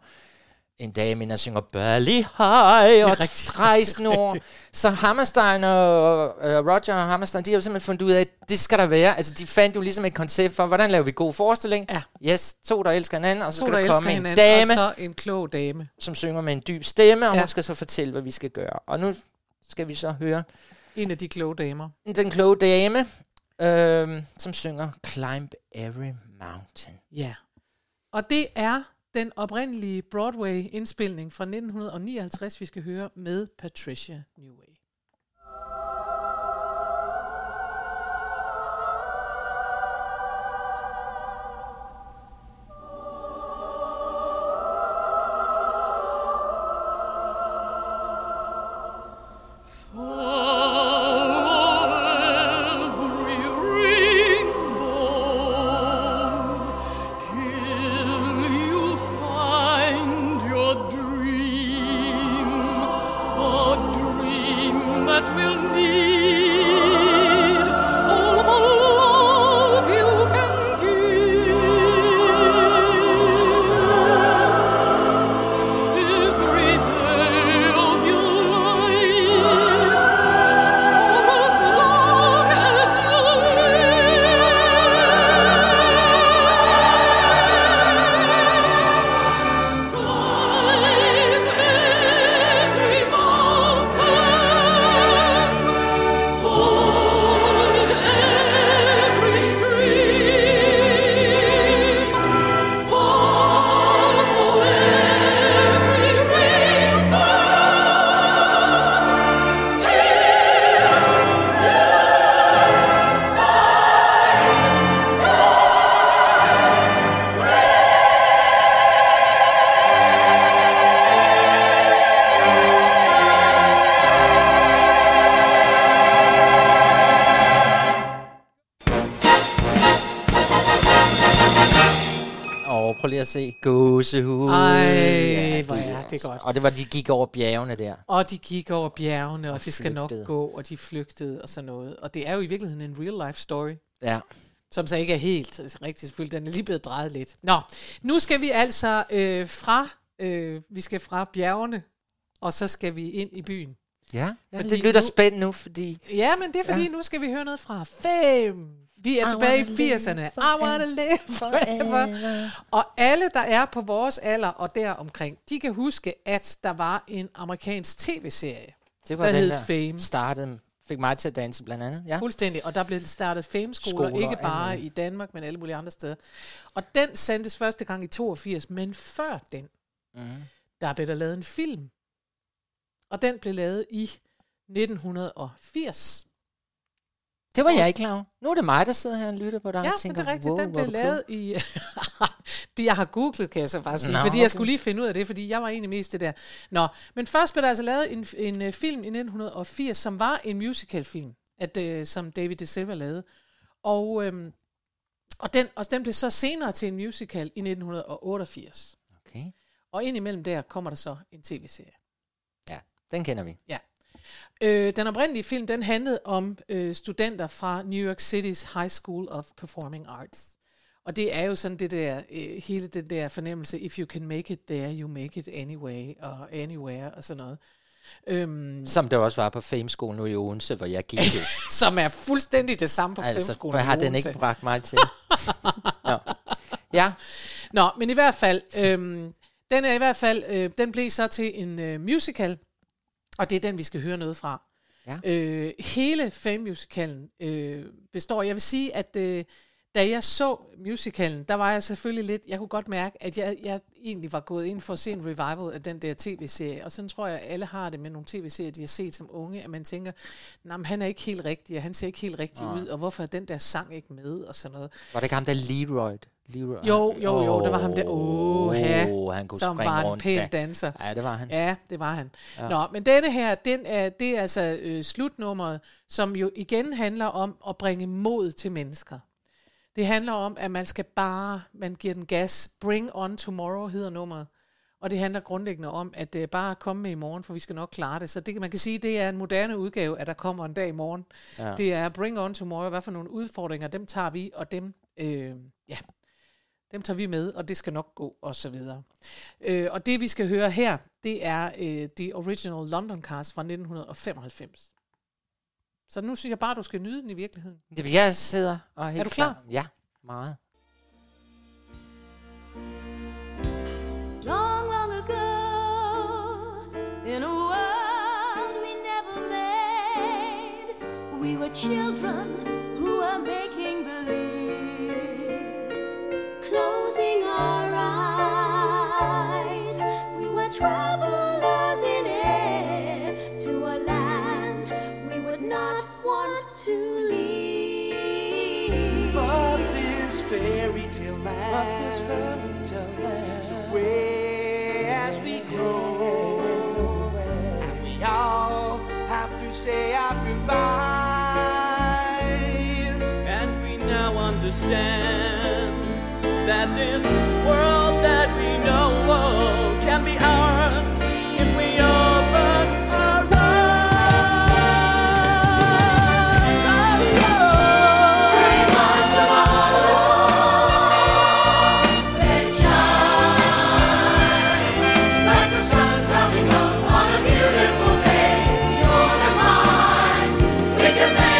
en dame ind og synger Bali High og Trejsnor. Så Hammerstein og uh, Roger og Hammerstein, de har jo simpelthen fundet ud af, at det skal der være. Altså, de fandt jo ligesom et koncept for, hvordan laver vi god forestilling. Ja. Yes, to, der elsker hinanden, og så to, skal der, der komme hinanden, en dame, og så en klog dame, som synger med en dyb stemme, og ja. hun skal så fortælle, hvad vi skal gøre. Og nu skal vi så høre en af de kloge damer. Den kloge dame, øh, som synger Climb Every Mountain. Ja. Og det er den oprindelige Broadway-indspilning fra nitten nioghalvtreds, vi skal høre med Patricia Neway. Dream at se Gåsehud. Ej, ja, hvor er det godt. Og det var, de gik over bjergene der. Og de gik over bjergene, og, Og det skal nok flygtede. gå, og de flygtede og sådan noget. Og det er jo i virkeligheden en real life story. Ja. Som så ikke er helt rigtig selvfølgelig. Den er lige blevet drejet lidt. Nå, nu skal vi altså øh, fra, øh, vi skal fra bjergene, og så skal vi ind i byen. Ja, ja Fordi det lytter nu- spændt nu, fordi... Ja, men det er fordi, Ja. ja. nu skal vi høre noget fra Fame. Vi er I tilbage i wanna firserne. live I wanna live forever. Og alle, der er på vores alder og deromkring, de kan huske, at der var en amerikansk tv-serie, Det var der den hed der Fame. startede, fik mig til at danse blandt andet. Ja. Fuldstændig. Og der blev startet Fame-skoler, Skoler, ikke bare alt i Danmark, men alle mulige andre steder. Og den sendtes første gang i toogfirs, men før den, Mm. der blev der lavet en film. Og den blev lavet i nitten firs. Det var jeg ikke klar over. Nu er det mig, der sidder her og lytter på dig Ja, og men tænker, det er rigtigt. wow, Den hvor er blev du lavet i... det, jeg har googlet, kan jeg så bare sige. Nå, Fordi okay. jeg skulle lige finde ud af det, fordi jeg var egentlig mest det der. Nå, men først blev der altså lavet en, en uh, film i nitten firs, som var en musicalfilm, at, uh, som David De Silva lavede. Og, um, og, den, og den blev så senere til en musical i nitten otteogfirs. Okay. Og indimellem der kommer der så en tv-serie. Ja, den kender vi. Ja. Øh, den oprindelige film, den handlede om øh, studenter fra New York City's High School of Performing Arts. Og det er jo sådan det der, øh, hele den der fornemmelse, if you can make it there, you make it anyway, og anywhere, og sådan noget. Øhm, Som der også var på Fame-skolen nu i Odense, hvor jeg gik jo. som er fuldstændig det samme på Altså, Filmskolen hvad i har den Odense. ikke bragt mig til? Nå. Ja. Nå, men i hvert fald, øhm, den er i hvert fald, øh, den blev så til en øh, musical, og det er den, vi skal høre noget fra. Ja. Øh, hele Fame-musicalen øh, består, jeg vil sige, at øh, da jeg så musicalen, der var jeg selvfølgelig lidt, jeg kunne godt mærke, at jeg, jeg egentlig var gået ind for at se en revival af den der tv-serie, og sådan tror jeg, at alle har det med nogle tv-serier, de har set som unge, at man tænker, nej, men han er ikke helt rigtig, og han ser ikke helt rigtig Nej. ud, og hvorfor er den der sang ikke med, og sådan noget. Var det ikke ham der Leroy? Leroy? Jo, jo, jo, det var ham der, åh, Åh, han kunne som springe var en rundt pæn da. danser. Ja, det var han. Ja, det var han. Ja. Ja. Nå, men denne her, den er, det er altså øh, slutnummeret, som jo igen handler om at bringe mod til mennesker. Det handler om, at man skal bare, man giver den gas. Bring on tomorrow hedder nummeret. Og det handler grundlæggende om, at det er bare at komme med i morgen, for vi skal nok klare det. Så det, man kan sige, det er en moderne udgave, at der kommer en dag i morgen. Ja. Det er bring on tomorrow. Hvad for nogle udfordringer, dem tager vi, og dem, øh, ja, dem tager vi med, og det skal nok gå, og så videre. Øh, og det, vi skal høre her, det er øh, The Original London Cast fra nitten femoghalvfems. Så nu synes jeg bare, du skal nyde den i virkeligheden. Det, jeg sidder og er helt Er du klar? Ja, meget. Long, long ago, in a world we never made, we were children who were making believe. Closing our eyes, we were travelers in air to a land we would not want to leave. But this fairy tale land, but this fairy tale land, is away as we grow, and we all have to say our goodbyes. And we now understand that this world that we know can be ours if we open our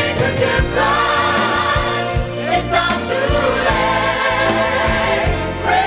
It's not too late.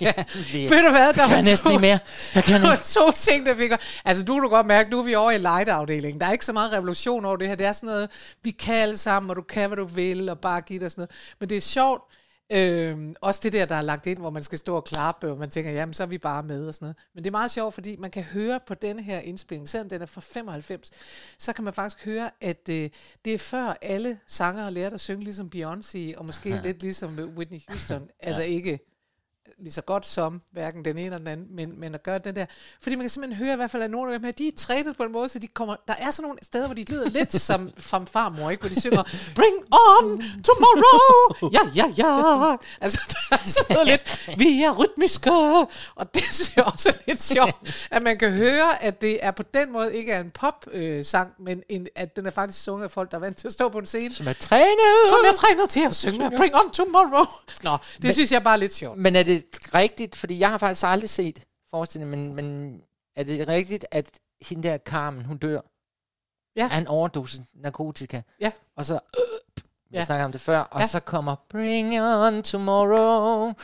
Ja. Ved du hvad, der jeg kan næsten ikke mere. Jeg kan ikke. to ting, der fik... Altså, du kan godt mærke, nu er vi over i light-afdelingen. Der er ikke så meget revolution over det her. Det er sådan noget, vi kan alle sammen, og du kan, hvad du vil, og bare give dig sådan noget. Men det er sjovt. Øhm, også det der, der er lagt ind, hvor man skal stå og klappe, og man tænker, jamen, så er vi bare med, og sådan noget. Men det er meget sjovt, fordi man kan høre på denne her indspilning, selvom den er fra femoghalvfems, så kan man faktisk høre, at øh, det er før alle sangere lærte at synge ligesom Beyoncé, og måske ja. lidt ligesom Whitney Houston. Ja. Altså ikke lige så godt som hverken den ene eller den anden, men, men at gøre den der. Fordi man kan simpelthen høre i hvert fald, at nogle af dem her, de er trænet på en måde, så de kommer, der er sådan nogle steder, hvor de lyder lidt som fra farmor, ikke? Hvor de synger, bring on tomorrow, ja, ja, ja. Altså, der er sådan noget lidt, vi er rytmiske, og det synes jeg også er lidt sjovt, at man kan høre, at det er på den måde ikke er en pop-sang, øh, men en, at den er faktisk sunget af folk, der er vant til at stå på en scene. Som er trænet. Som er trænet til at synge, bring on tomorrow. Nå, det men, synes jeg bare er lidt sjovt. Men er det rigtigt, fordi jeg har faktisk aldrig set forestillingen, men, men er det rigtigt, at hende der Carmen, hun dør ja. af en overdosis narkotika, ja. og så, øh, vi ja. snakker om det før, og ja. så kommer Bring On Tomorrow.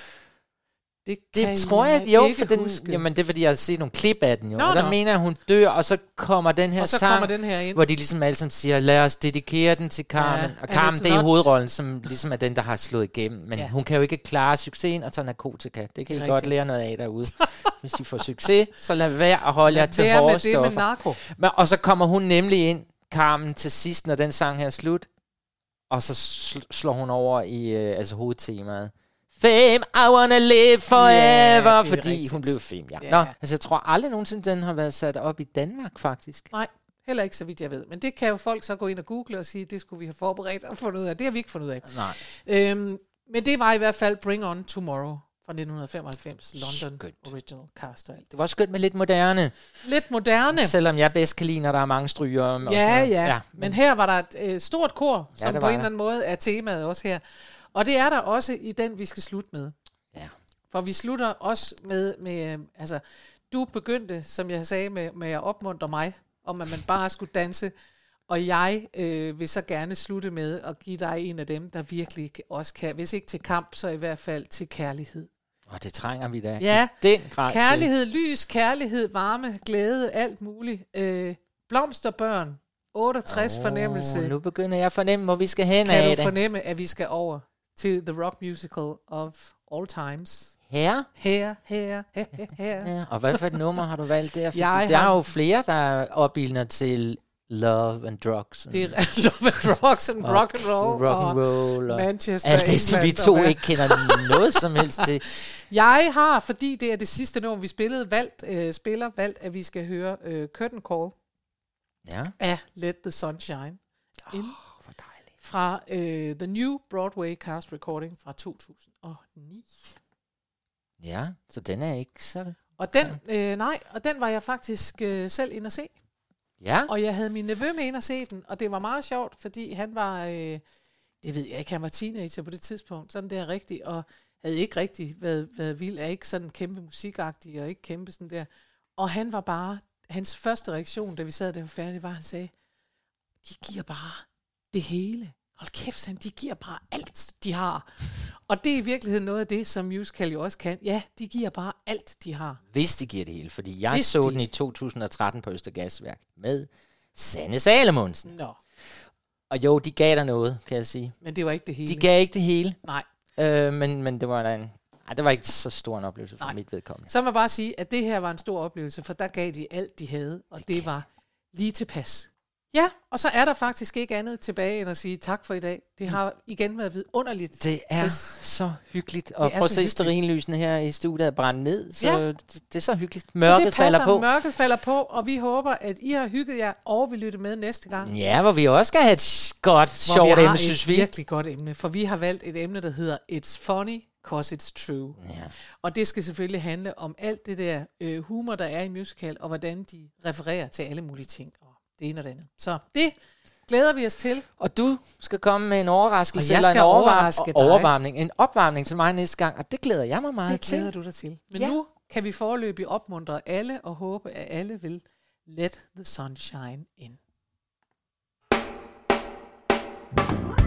Det, det tror jeg, jeg jo, for den, jamen det er fordi, jeg har set nogle klip af den jo, nå, og der nå. mener hun dør, og så kommer den her og så sang, kommer den her ind. hvor de ligesom alle sammen siger, lad os dedikere den til Carmen, ja, og Carmen, det er hovedrollen, som ligesom er den, der har slået igennem, men ja. hun kan jo ikke klare succesen og tage narkotika, det kan I godt lære noget af derude. Hvis I får succes, så lad være at holde jer til hårde stoffer. Men, og så kommer hun nemlig ind, Carmen, til sidst, når den sang her er slut, og så sl- slår hun over i øh, altså hovedtemaet. Fame, I wanna live forever, yeah, fordi rigtigt. Hun blev fame, ja. Yeah. Nå, altså jeg tror aldrig nogensinde, den har været sat op i Danmark, faktisk. Nej, heller ikke så vidt jeg ved. Men det kan jo folk så gå ind og google og sige, det skulle vi have forberedt og fundet ud af. Det har vi ikke fundet ud af. Nej. Øhm, men det var i hvert fald Bring On Tomorrow fra nitten femoghalvfems, London skønt. Original cast og alt. Det var skønt med lidt moderne. Lidt moderne. Selvom jeg bedst kan lide, når der er mange stryger. Ja, ja, ja. Men, men her var der et øh, stort kor, som ja, på en eller anden måde er temaet også her. Og det er der også i den, vi skal slutte med. Ja. For vi slutter også med, med altså, du begyndte, som jeg sagde, med, med at opmuntre mig, om at man bare skulle danse. Og jeg øh, vil så gerne slutte med at give dig en af dem, der virkelig også kan, hvis ikke til kamp, så i hvert fald til kærlighed. Og det trænger vi da ja, i den grad kærlighed, til. Lys, kærlighed, varme, glæde, alt muligt. Øh, blomsterbørn, otteogtres oh, fornemmelse. Nu begynder jeg at fornemme, hvor vi skal hen kan af du det. fornemme, at vi skal over til The Rock Musical of All Times. Her? Her, her, her, her. Ja, og hvad for et nummer har du valgt der? Fordi jeg der har... er jo flere, der opildner til Love and Drugs. Det er Love and Drugs and rock and roll. Rock and roll. Og Manchester. Alt det, som vi to ikke kender noget som helst til. Jeg har, fordi det er det sidste nummer, vi spillede, valgt, øh, spiller, valgt, at vi skal høre øh, Curtain Call. Ja. Af Let the Sun Shine. Oh, hvor dejligt. Fra øh, The New Broadway Cast Recording fra to tusind og ni. Ja, så den er ikke så... Og den, øh, nej, og den var jeg faktisk øh, selv inde at se. Ja. Og jeg havde min nevø med ind at se den, og det var meget sjovt, fordi han var, øh, det ved jeg ikke, han var teenager på det tidspunkt, sådan der rigtigt, og havde ikke rigtig været, været vild, er ikke sådan kæmpe musikagtig, og ikke kæmpe sådan der. Og han var bare, hans første reaktion, da vi sad der var færdige, var, at han sagde, de giver bare det hele. Hold kæft, han, de giver bare alt, de har. Og det er i virkeligheden noget af det, som musical jo også kan. Ja, de giver bare alt, de har. Hvis de giver det hele, fordi jeg Hvis så de... den i to tusind og tretten på Østergasværk med Sanne Salomonsen. Nå. Og jo, de gav der noget, kan jeg sige. Men det var ikke det hele. De gav ikke det hele. Nej. Øh, men, men det var da en... Ej, det var ikke så stor en oplevelse for Nej. mit vedkommende. Så må jeg bare sige, at det her var en stor oplevelse, for der gav de alt, de havde, og det, det var lige tilpas. Ja, og så er der faktisk ikke andet tilbage end at sige tak for i dag. Det har igen været vidunderligt. Det er det, så hyggeligt. Og prøv at se stearinlysene her i studiet er brændt ned. Så ja. det, det er så hyggeligt. Mørket så det falder på. Mørket falder på, og vi håber, at I har hygget jer, og vil lytte med næste gang. Ja, hvor vi også skal have et godt, sjovt emne, synes vi. Et virkelig godt emne, for vi har valgt et emne, der hedder It's Funny, Cause It's True. Ja. Og det skal selvfølgelig handle om alt det der øh, humor, der er i musical, og hvordan de refererer til alle mulige ting, og det ene og det andet. Så det glæder vi os til. Og du skal komme med en overraskelse, eller en overvar- overvarmning, en opvarmning til mig næste gang, og det glæder jeg mig meget til. Det glæder til. du dig til. Men ja. Nu kan vi foreløbig opmuntre alle, og håbe, at alle vil let the sunshine in.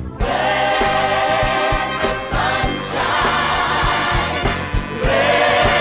Let the sunshine, let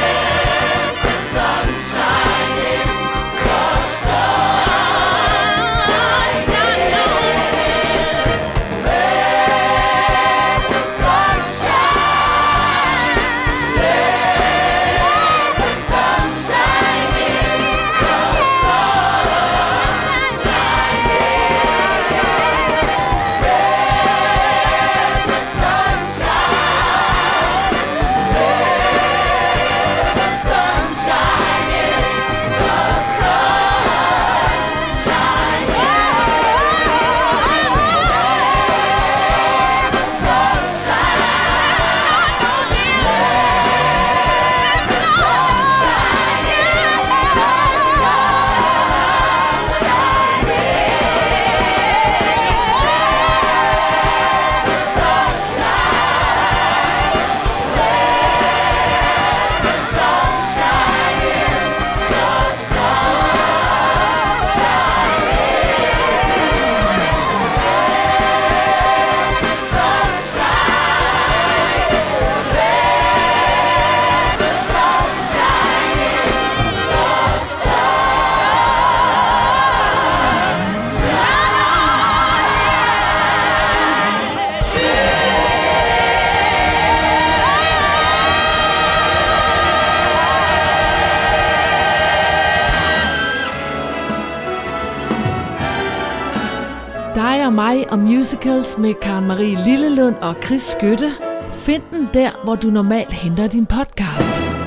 Dig og mig og musicals med Karen Marie Lillelund og Chris Skytte. Find den der, hvor du normalt henter din podcast.